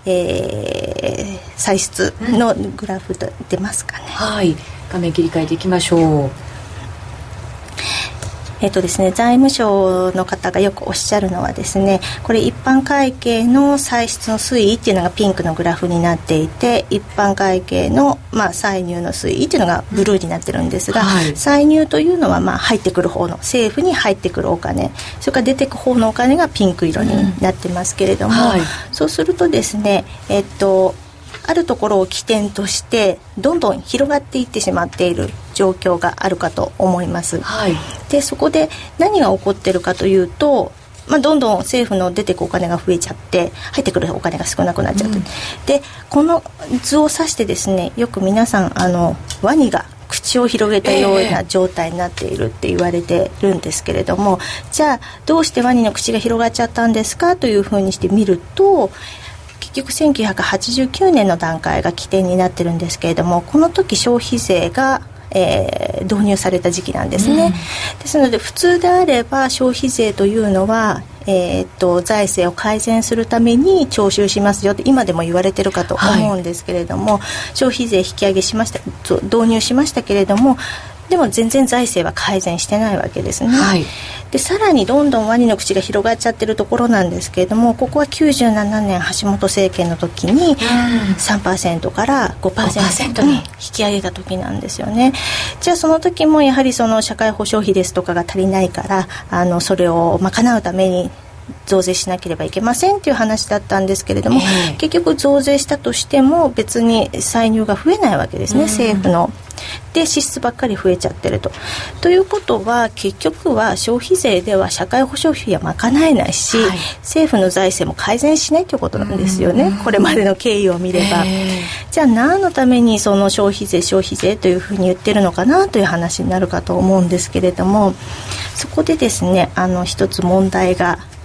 歳出のグラフ出ますかね。 画面切り替えていきましょう。 ですね、財務省の方がよくおっしゃるのはですね、これ一般会計の歳出の推移っていうのがピンクのグラフになっていて、一般会計の、歳入の推移っていうのがブルーになってるんですが、歳入というのは入ってくる方の政府に入ってくるお金、それから出てく方のお金がピンク色になってますけれども、そうするとですね、あるところを起点としてどんどん広がっていってしまっている状況があるかと思います、でそこで何が起こっているかというと、どんどん政府の出てくお金が増えちゃって入ってくるお金が少なくなっちゃって、でこの図を指してですね、よく皆さんワニが口を広げたような状態になっているって言われてるんですけれども、じゃあどうしてワニの口が広がっちゃったんですかというふうにして見ると、結局1989年の段階が起点になってるんですけれども、この時消費税が、導入された時期なんですね、ですので普通であれば消費税というのは、財政を改善するために徴収しますよって今でも言われてるかと思うんですけれども、消費税引き上げしました、導入しましたけれども、でも全然財政は改善してないわけですね、でさらにどんどんワニの口が広がっちゃってるところなんですけれども、ここは97年橋本政権の時に 3% から 5% に引き上げた時なんですよね。じゃあその時もやはりその社会保障費ですとかが足りないから、それを賄うために増税しなければいけませんっていう話だったんですけれども、結局増税したとしても別に歳入が増えないわけですね、政府の。で支出ばっかり増えちゃってるということは、結局は消費税では社会保障費は賄えないし、政府の財政も改善しないということなんですよね、これまでの経緯を見れば。じゃあ何のためにその消費税というふうに言ってるのかなという話になるかと思うんですけれども、そこでですね、一つ問題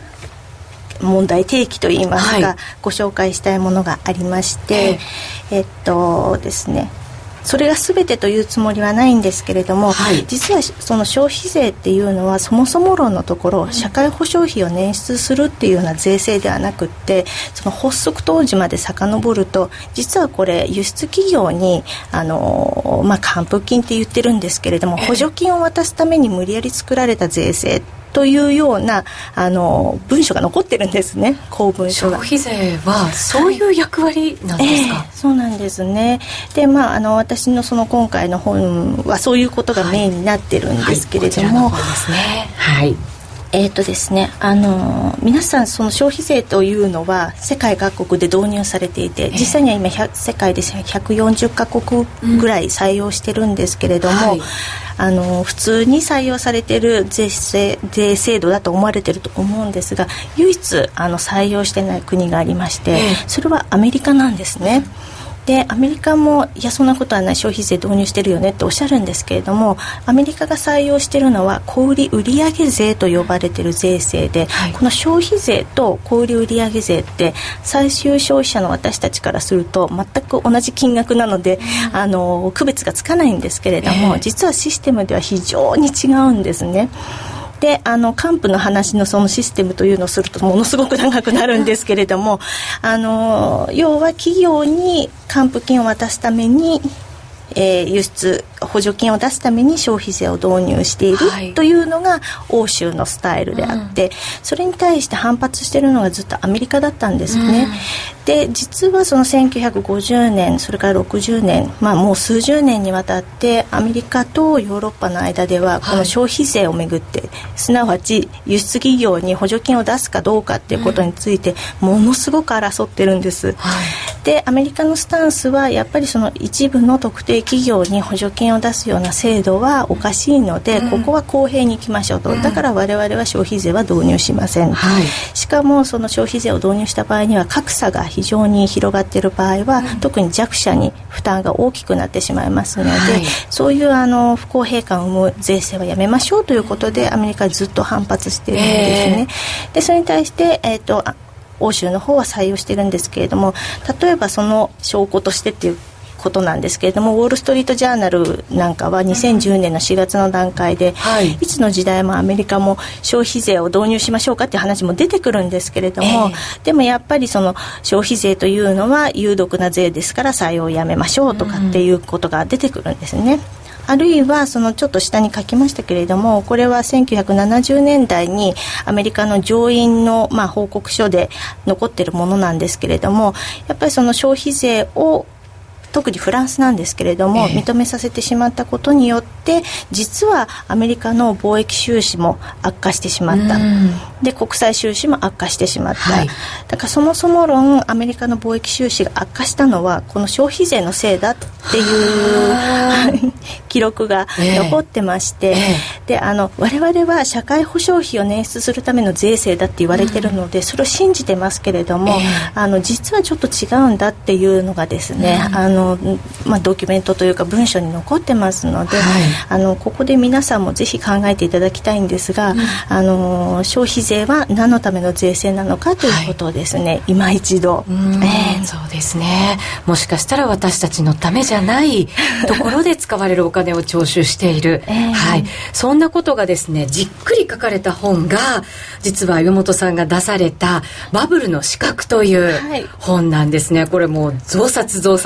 提起といいますか、ご紹介したいものがありまして、ですね、それが全てというつもりはないんですけれども、実はその消費税っていうのはそもそも論のところ、社会保障費を捻出するっていうような税制ではなくって、その発足当時まで遡ると、実はこれ輸出企業に還付金って言ってるんですけれども、補助金を渡すために無理やり作られた税制というような文書が残ってるんですね、公文書が。 消費税はそういう役割なんですか？ そうなんですね。で、私のその今回の本はそういうことがメインになってるんですけれども、 こちらの本ですね。 ですね、皆さんその消費税というのは世界各国で導入されていて、実際には今世界で140カ国ぐらい採用してるんですけれども、普通に採用されている税制度だと思われていると思うんですが、唯一採用してない国がありまして、それはアメリカなんですね。でアメリカもいやそんなことはない、消費税導入してるよねっておっしゃるんですけれども、アメリカが採用しているのは小売売上税と呼ばれている税制で、この消費税と小売売上税って最終消費者の私たちからすると全く同じ金額なので、区別がつかないんですけれども、実はシステムでは非常に違うんですね。で還付の話のそのシステムというのをするとものすごく長くなるんですけれども、要は企業に還付金を渡すために、輸出補助金を出すために消費税を導入しているというのが欧州のスタイルであって、それに対して反発しているのがずっとアメリカだったんですね。で実はその1950年それから60年、もう数十年にわたってアメリカとヨーロッパの間ではこの消費税をめぐって、すなわち輸出企業に補助金を出すかどうかっていうことについてものすごく争ってるんです。でアメリカのスタンスはやっぱりその一部の特定企業に補助金を出すような制度はおかしいので、ここは公平にいきましょうと、だから我々は消費税は導入しません、しかもその消費税を導入した場合には格差が非常に広がっている場合は、特に弱者に負担が大きくなってしまいますので、そういう不公平感を生む税制はやめましょうということでアメリカはずっと反発しているんですね。でそれに対して欧州の方は採用しているんですけれども、例えばその証拠としてっていうことなんですけれども、ウォールストリートジャーナルなんかは2010年の4月の段階で、いつの時代もアメリカも消費税を導入しましょうかっていう話も出てくるんですけれども、でもやっぱりその消費税というのは有毒な税ですから採用をやめましょうとかっていうことが出てくるんですね。あるいはそのちょっと下に書きましたけれども、これは1970年代にアメリカの上院の報告書で残っているものなんですけれども、やっぱりその消費税を特にフランスなんですけれども、認めさせてしまったことによって実はアメリカの貿易収支も悪化してしまった、で国際収支も悪化してしまった、だからそもそも論アメリカの貿易収支が悪化したのはこの消費税のせいだっていう記録が残ってまして、で我々は社会保障費を捻出するための税制だって言われているので、それを信じてますけれども、実はちょっと違うんだっていうのがですね、ドキュメントというか文書に残ってますので、ここで皆さんもぜひ考えていただきたいんですが、消費税は何のための税制なのかということをですね、今一度、 そうですね、もしかしたら私たちのためじゃないところで使われるお金を徴収している、そんなことがですねじっくり書かれた本が実は岩本さんが出されたバブルの死角という本なんですね。これもう増刷で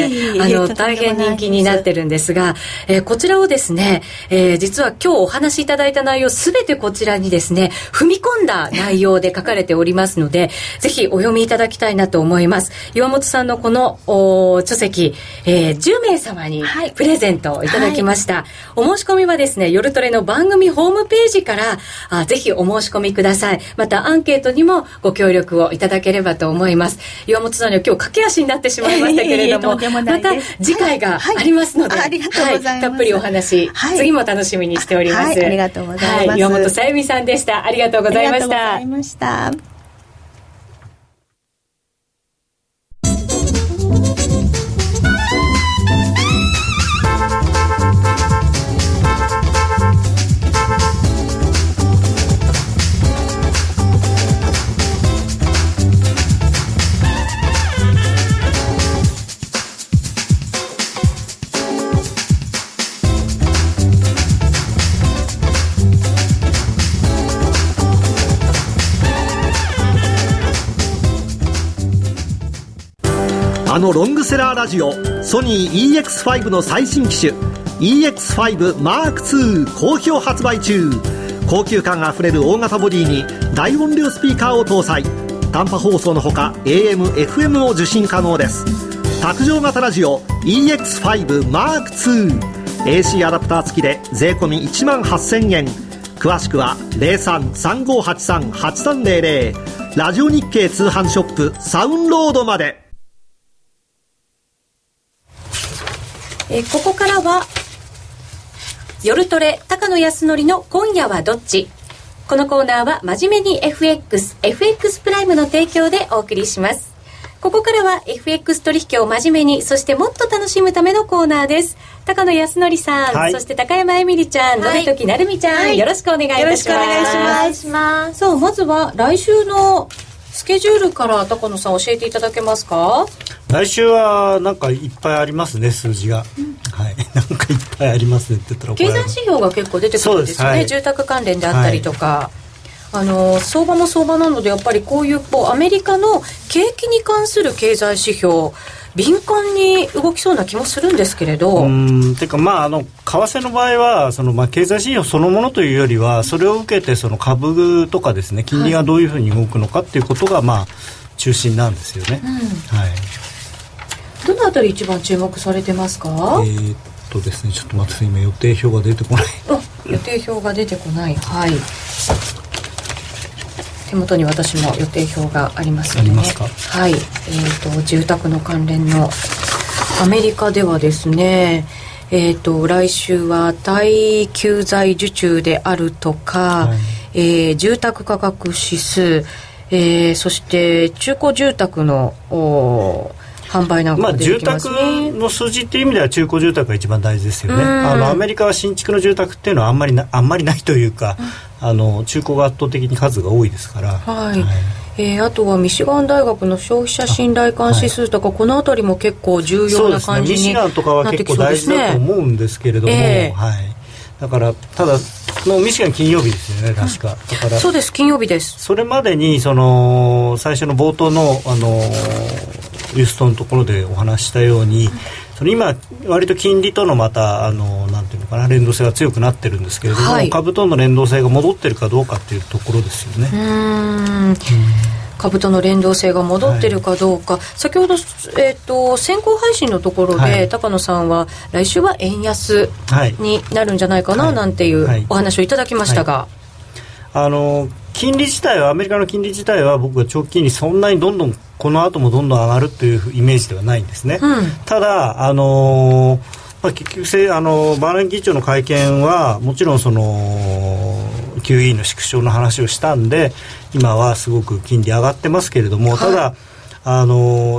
大変人気になってるんですが、こちらをですね、実は今日お話しいただいた内容すべてこちらにですね踏み込んだ内容で書かれておりますのでぜひお読みいただきたいなと思います。岩本さんのこの書籍、10名様にプレゼントをいただきました、お申し込みはですね夜トレの番組ホームページからぜひお申し込みください。またアンケートにもご協力をいただければと思います。岩本さんには今日駆け足になってしまいましたけれども、また次回がありますので、 ありがとうございます。 たっぷりお話、次も楽しみにしております。 ありがとうございます。 岩本さゆみさんでした。ありがとうございました。 ありがとうございました。 ロングセラーラジオソニー EX5 の最新機種 EX5M2 好評発売中。高級感あふれる大型ボディに大音量スピーカーを搭載。短波放送のほか AM、FM も受信可能です。卓上型ラジオ EX5M2 AC アダプター付きで税込18,000円。詳しくは 03-3583-8300 ラジオ日経通販ショップサウンロードまで。 ここからは夜トレ高野康則の今夜はどっち。このコーナーは真面目に FX プライムの提供でお送りします。ここからは FX 取引を真面目にそしてもっと楽しむためのコーナーです。高野康則さん、そして高山えみりちゃん、のびときなるみちゃん、よろしくお願いいたします。よろしくお願いします。そう、まずは来週のスケジュールから高野さん教えていただけますか。 来週はなんかいっぱいありますね、数字が、なんかいっぱいありますねって言ったら経済指標が結構出てくるんですよね、住宅関連であったりとか、相場も相場なのでやっぱりこういうアメリカの景気に関する経済指標敏感に動きそうな気もするんですけれど。 ていうか為替の場合は経済指標そのものというよりはそれを受けて株とかですね金利がどういうふうに動くのかっていうことが中心なんですよね。 どのあたり一番注目されてますか。 ですね、ちょっと待って、今予定表が出てこない。 予定表が出てこない。手元に私も予定表がありますのでね。ありますか。住宅の関連のアメリカではですね、来週は耐久財受注であるとか、住宅価格指数、そして中古住宅の販売なんかも出てきますね。 住宅の数字っていう意味では中古住宅が一番大事ですよね。アメリカは新築の住宅っていうのはあんまりないというか、中古が圧倒的に数が多いですから。あとはミシガン大学の消費者信頼感指数とか、このあたりも結構重要な感じになってきそうですね。ミシガンとかは結構大事だと思うんですけれども、だからただのミシガン金曜日ですよね、確か。だからそうです、金曜日です。 それまでに最初の冒頭のユーストのところでお話したように、今割と金利とのまたなんていうのかな、連動性が強くなってるんですけれども、株との連動性が戻ってるかどうかっていうところですよね。 株との連動性が戻ってるかどうか、先ほど、先行配信のところで、高野さんは来週は円安になるんじゃないかな、なんていうお話をいただきましたが、 金利自体はアメリカの金利自体は僕は長期金利そんなにどんどんこの後もどんどん上がるというイメージではないんですね。ただ結局バーレン議長の会見はもちろんQE の縮小の話をしたんで今はすごく金利上がってますけれども、ただ例えば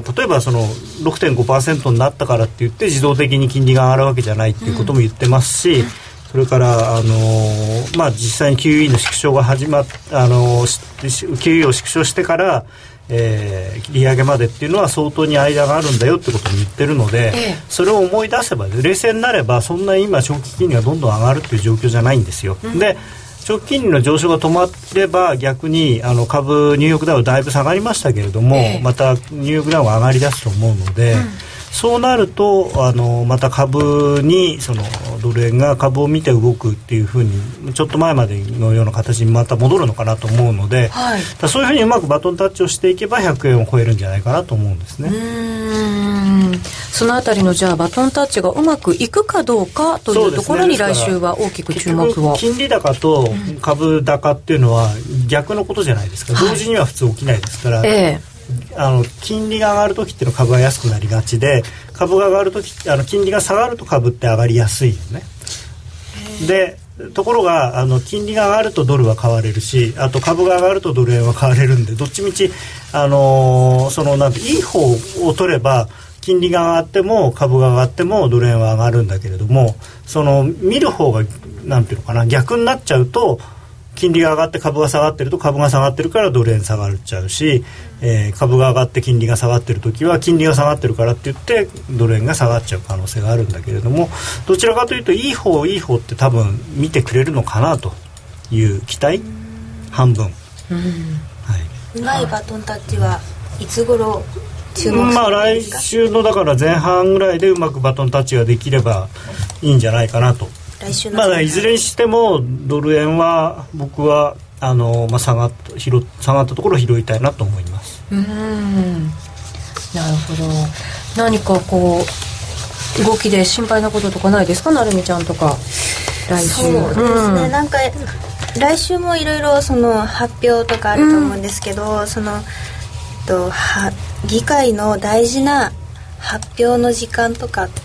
6.5% になったからって言って自動的に金利が上がるわけじゃないっていうことも言ってますし、それから実際に QE の縮小が始まっQE を縮小してから利上げまでっていうのは相当に間があるんだよってことも言ってるので、それを思い出せば、冷静になればそんな今長期金利がどんどん上がるっていう状況じゃないんですよ。で長期金利の上昇が止まれば逆にニューヨークダウだいぶ下がりましたけれども、またニューヨークダウは上がり出すと思うので、 そうなるとまた株にそのドル円が株を見て動くっていうふうにちょっと前までのような形にまた戻るのかなと思うので、はい、そういうふうにうまくバトンタッチをしていけば100円を超えるんじゃないかなと思うんですね。 そのあたりのじゃあバトンタッチがうまくいくかどうかというところに来週は大きく注目を。 金利高と株高っていうのは逆のことじゃないですか、同時には普通起きないですから、金利が上がるときっていうのは株が安くなりがちで、株が上がるとき金利が下がると株って上がりやすいよね。でところが金利が上がるとドルは買われるし、あと株が上がるとドル円は買われるんで、どっちみちなんていい方を取れば金利が上がっても株が上がってもドル円は上がるんだけれども、見る方がなんていうのかな、逆になっちゃうと金利が上がって株が下がってると株が下がってるからドル円下がっちゃうし、株が上がって金利が下がってるときは金利が下がってるからって言ってドル円が下がっちゃう可能性があるんだけれども、どちらかというといい方って多分見てくれるのかなという期待半分、 うまいバトンタッチはいつ頃注目するんですか？ 来週のだから前半ぐらいでうまくバトンタッチができればいいんじゃないかなと。 来週のいずれにしてもドル円は僕は下がったところを拾いたいなと思います。 なるほど。何かこう動きで心配なこととかないですか、なるみちゃんとか来週。 そうですね、なんか来週もいろいろ発表とかあると思うんですけど、議会の大事な発表の時間とかって、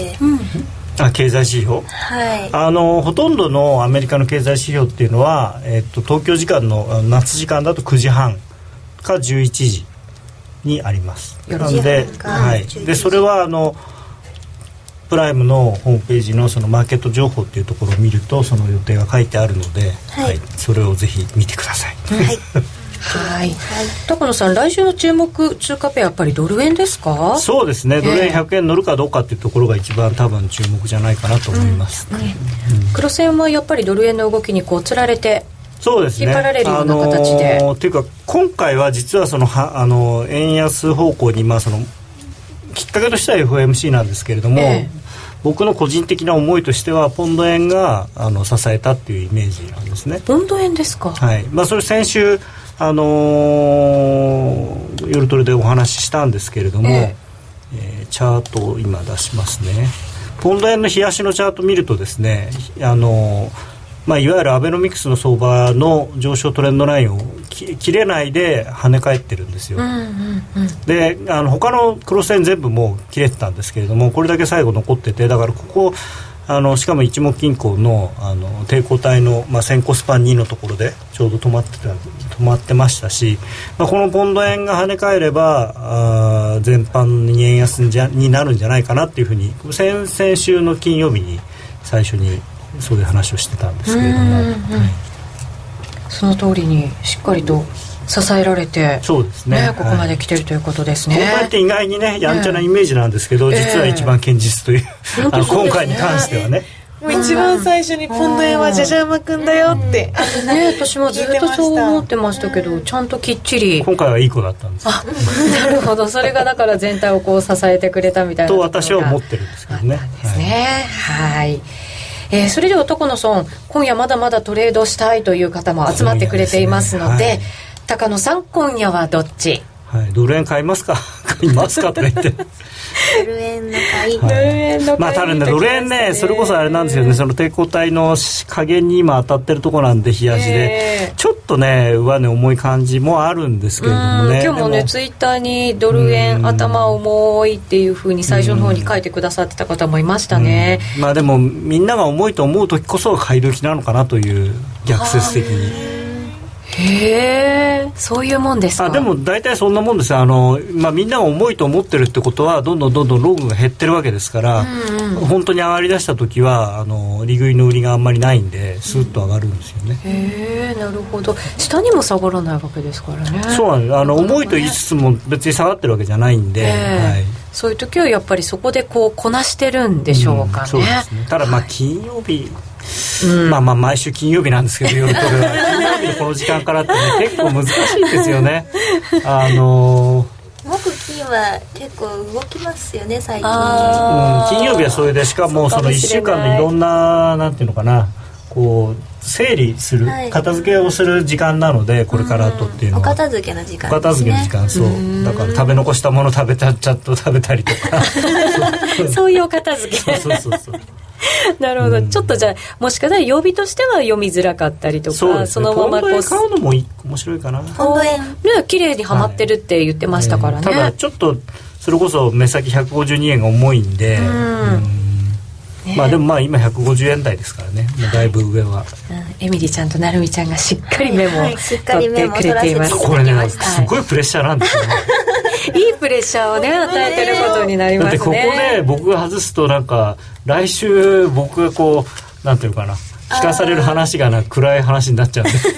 経済指標、ほとんどのアメリカの経済指標っていうのは、東京時間の夏時間だと9時半か11時にあります。なので、でそれはプライムのホームページのそのマーケット情報っていうところを見るとその予定が書いてあるので、それをぜひ見てください。 高野さん、来週の注目通貨ペアやっぱりドル円ですか？ そうですね、ドル円100円乗るかどうかっていうところが一番多分注目じゃないかなと思います。 黒線はやっぱりドル円の動きにつられてそうですね、 引っ張られるような形で、 というか今回は実は円安方向にきっかけとしては FOMC なんですけれども、僕の個人的な思いとしてはポンド円が支えたっていうイメージなんですね。 ポンド円ですか？ それ先週夜トレでお話ししたんですけれども、チャートを今出しますね。ポンド円の日足のチャート見るとですね、いわゆるアベノミクスの相場の上昇トレンドラインを切れないで跳ね返ってるんですよ。で他のクロス円全部もう切れてたんですけれども、これだけ最後残ってて、だからここしかも一目金庫の抵抗体の、先行スパン2のところでちょうど止まってましたし、このポンド円が跳ね返れば全般に円安になるんじゃないかなっていうふうに先々週の金曜日に最初にそういう話をしてたんですけれども、 その通りにしっかりと支えられて、 そうですね、 ここまで来てるということですね。 今回って意外にねやんちゃなイメージなんですけど、実は一番堅実という、今回に関してはね、 もう一番最初にポンド円はじゃじゃ馬くんだよって私もずっとそう思ってましたけど、ちゃんときっちり今回はいい子だったんです。 なるほど、それがだから全体を支えてくれたみたいなと私は思ってるんですけどね。 それでは高野さん、今夜まだまだトレードしたいという方も集まってくれていますので、高野さん、今夜はどっち？ ドル円買いますか買いますかと言ってドル円の買い、 ただね、ドル円ね、それこそあれなんですよね、その抵抗体の加減に今当たってるところなんで、日足でちょっとね上値重い感じもあるんですけれどもね。 今日もねツイッターにドル円頭重いっていう風に最初の方に書いてくださってた方もいましたね。 でもみんなが重いと思う時こそ買い時なのかなという、逆説的に。 そういうもんですか？ でも大体そんなもんですよ。みんなが重いと思ってるってことはどんどんロングが減ってるわけですから、本当に上がりだした時は利食いの売りがあんまりないんでスーッと上がるんですよね。 なるほど。下にも下がらないわけですからね。 そうなんです。重いと言いつつも別に下がってるわけじゃないんで、 そういう時はやっぱりそこでこなしてるんでしょうかね。 そうですね。ただ金曜日、毎週金曜日なんですけど、夜トレは金曜日のこの時間からってね結構難しいんですよね。 木金は結構動きますよね最近。 金曜日はそれで、しかもその1週間でいろんななんていうのかな、こう整理する、片付けをする時間なので、これからとっていうのはお片付けの時間ですね。 お片付けの時間、そうだから食べ残したものちゃんと食べたりとかそういうお片付けそうなるほど、ちょっとじゃあもしかしたら曜日としては読みづらかったりとか、 そうですね、 そのままこうポンド円買うのも面白いかな。 ポンド円ね、 綺麗にはまってるって言ってましたからね、 ただちょっとそれこそ目先152円が重いんで、まあでもまあ今150円台ですからね、もうだいぶ上は、 エミリちゃんとなるみちゃんがしっかりメモを取ってくれています。 これね、すごいプレッシャーなんですよねいいプレッシャーをね与えてることになりますね。 だってここで僕が外すとなんか来週僕がこうなんていうかな、聞かされる話が暗い話になっちゃうんで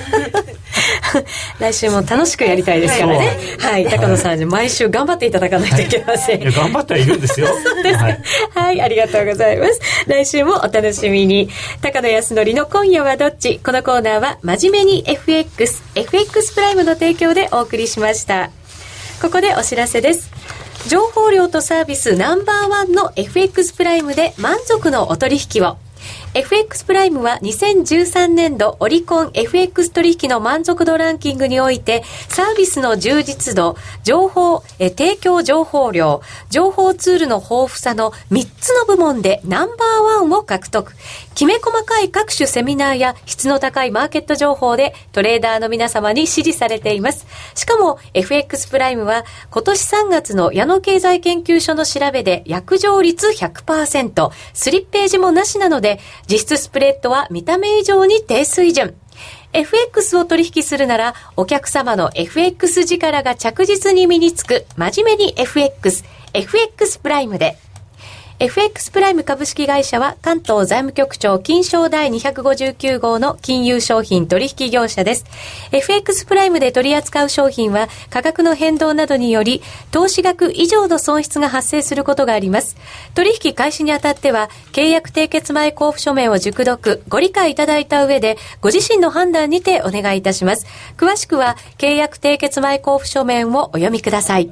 来週も楽しくやりたいですからね。はい、高野さんに毎週頑張っていただかないといけません。 いや頑張ってはいるんですよそうですか、はい、ありがとうございます。来週もお楽しみに。高野康則の今夜はどっち。このコーナーは真面目に FX プライムの提供でお送りしました。ここでお知らせです。情報量とサービスナンバーワンの FX プライムで満足のお取引を。FX プライムは2013年度オリコン FX 取引の満足度ランキングにおいて、サービスの充実度、提供情報量、情報ツールの豊富さの3つの部門でナンバーワンを獲得。きめ細かい各種セミナーや質の高いマーケット情報でトレーダーの皆様に支持されています。しかも FX プライムは今年3月の矢野経済研究所の調べで約定率 100%、スリッページもなしなので、実質スプレッドは見た目以上に低水準。FX を取引するならお客様の FX 力が着実に身につく真面目に FX プライムで。FX プライム株式会社は関東財務局長金商第259号の金融商品取引業者です。FX プライムで取り扱う商品は価格の変動などにより投資額以上の損失が発生することがあります。取引開始にあたっては契約締結前交付書面を熟読ご理解いただいた上でご自身の判断にてお願いいたします。詳しくは契約締結前交付書面をお読みください。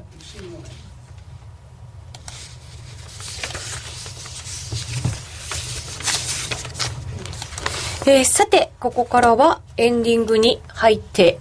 さてここからはエンディングに入って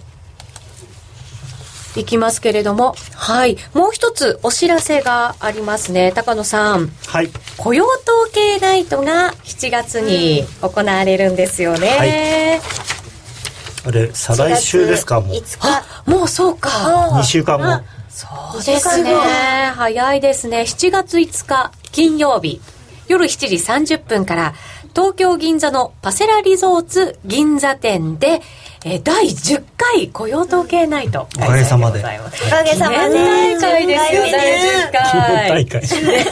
いきますけれども、はい、もう一つお知らせがありますね。高野さん、 はい、 雇用統計ナイトが7月に行われるんですよね、 あれ再来週ですか。もうもうそうか、 2週間後。 そうですね、早いですね。7月5日金曜日夜7時30分から東京銀座のパセラリゾーツ銀座店で、第10回雇用統計ナイトおかげさまで。 おかげさまで。 大会ですよ、第10回。 大会。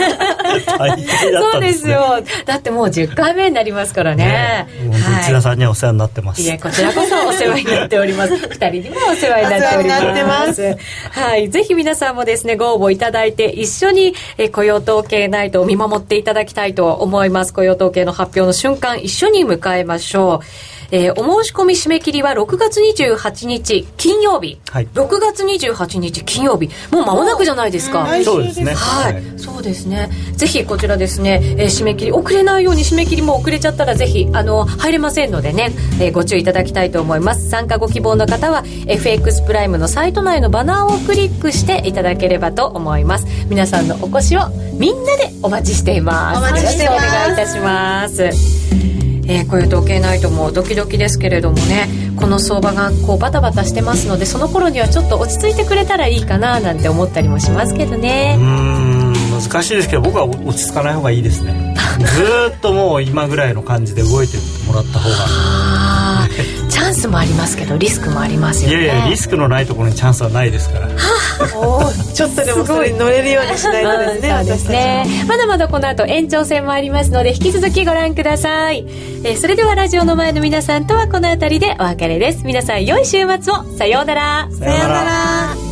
そうですよ。だってもう10回目になりますからね。 内田さんにはお世話になってます。 いや、こちらこそお世話になっております。2人にもお世話になっております。はい。ぜひ皆さんもですね、ご応募いただいて、一緒に雇用統計ナイトを見守っていただきたいと思います。雇用統計の発表の瞬間、一緒に迎えましょう。お申し込み締め切りは6月28日金曜日、はい、6月28日金曜日、もう間もなくじゃないですか。 そうですね、 はい、そうですね。ぜひこちらですね、締め切り遅れないように、締め切りも遅れちゃったらぜひ入れませんのでね、ご注意いただきたいと思います。参加ご希望の方は FX プライムのサイト内のバナーをクリックしていただければと思います。皆さんのお越しをみんなでお待ちしています。 お待ちしてます。 お願いいたします。雇用統計ナイトもドキドキですけれどもね、この相場がこうバタバタしてますので、その頃にはちょっと落ち着いてくれたらいいかななんて思ったりもしますけどね。 難しいですけど、僕は落ち着かない方がいいですね。ずっともう今ぐらいの感じで動いてもらった方がチャンスもありますけどリスクもありますよね。 いやいや、リスクのないところにチャンスはないですからちょっとでもそれに乗れるようにしないとですね。 そうですね。まだまだこの後延長戦もありますので、引き続きご覧ください。それではラジオの前の皆さんとはこの辺りでお別れです。皆さん良い週末を。さようなら。 さようなら。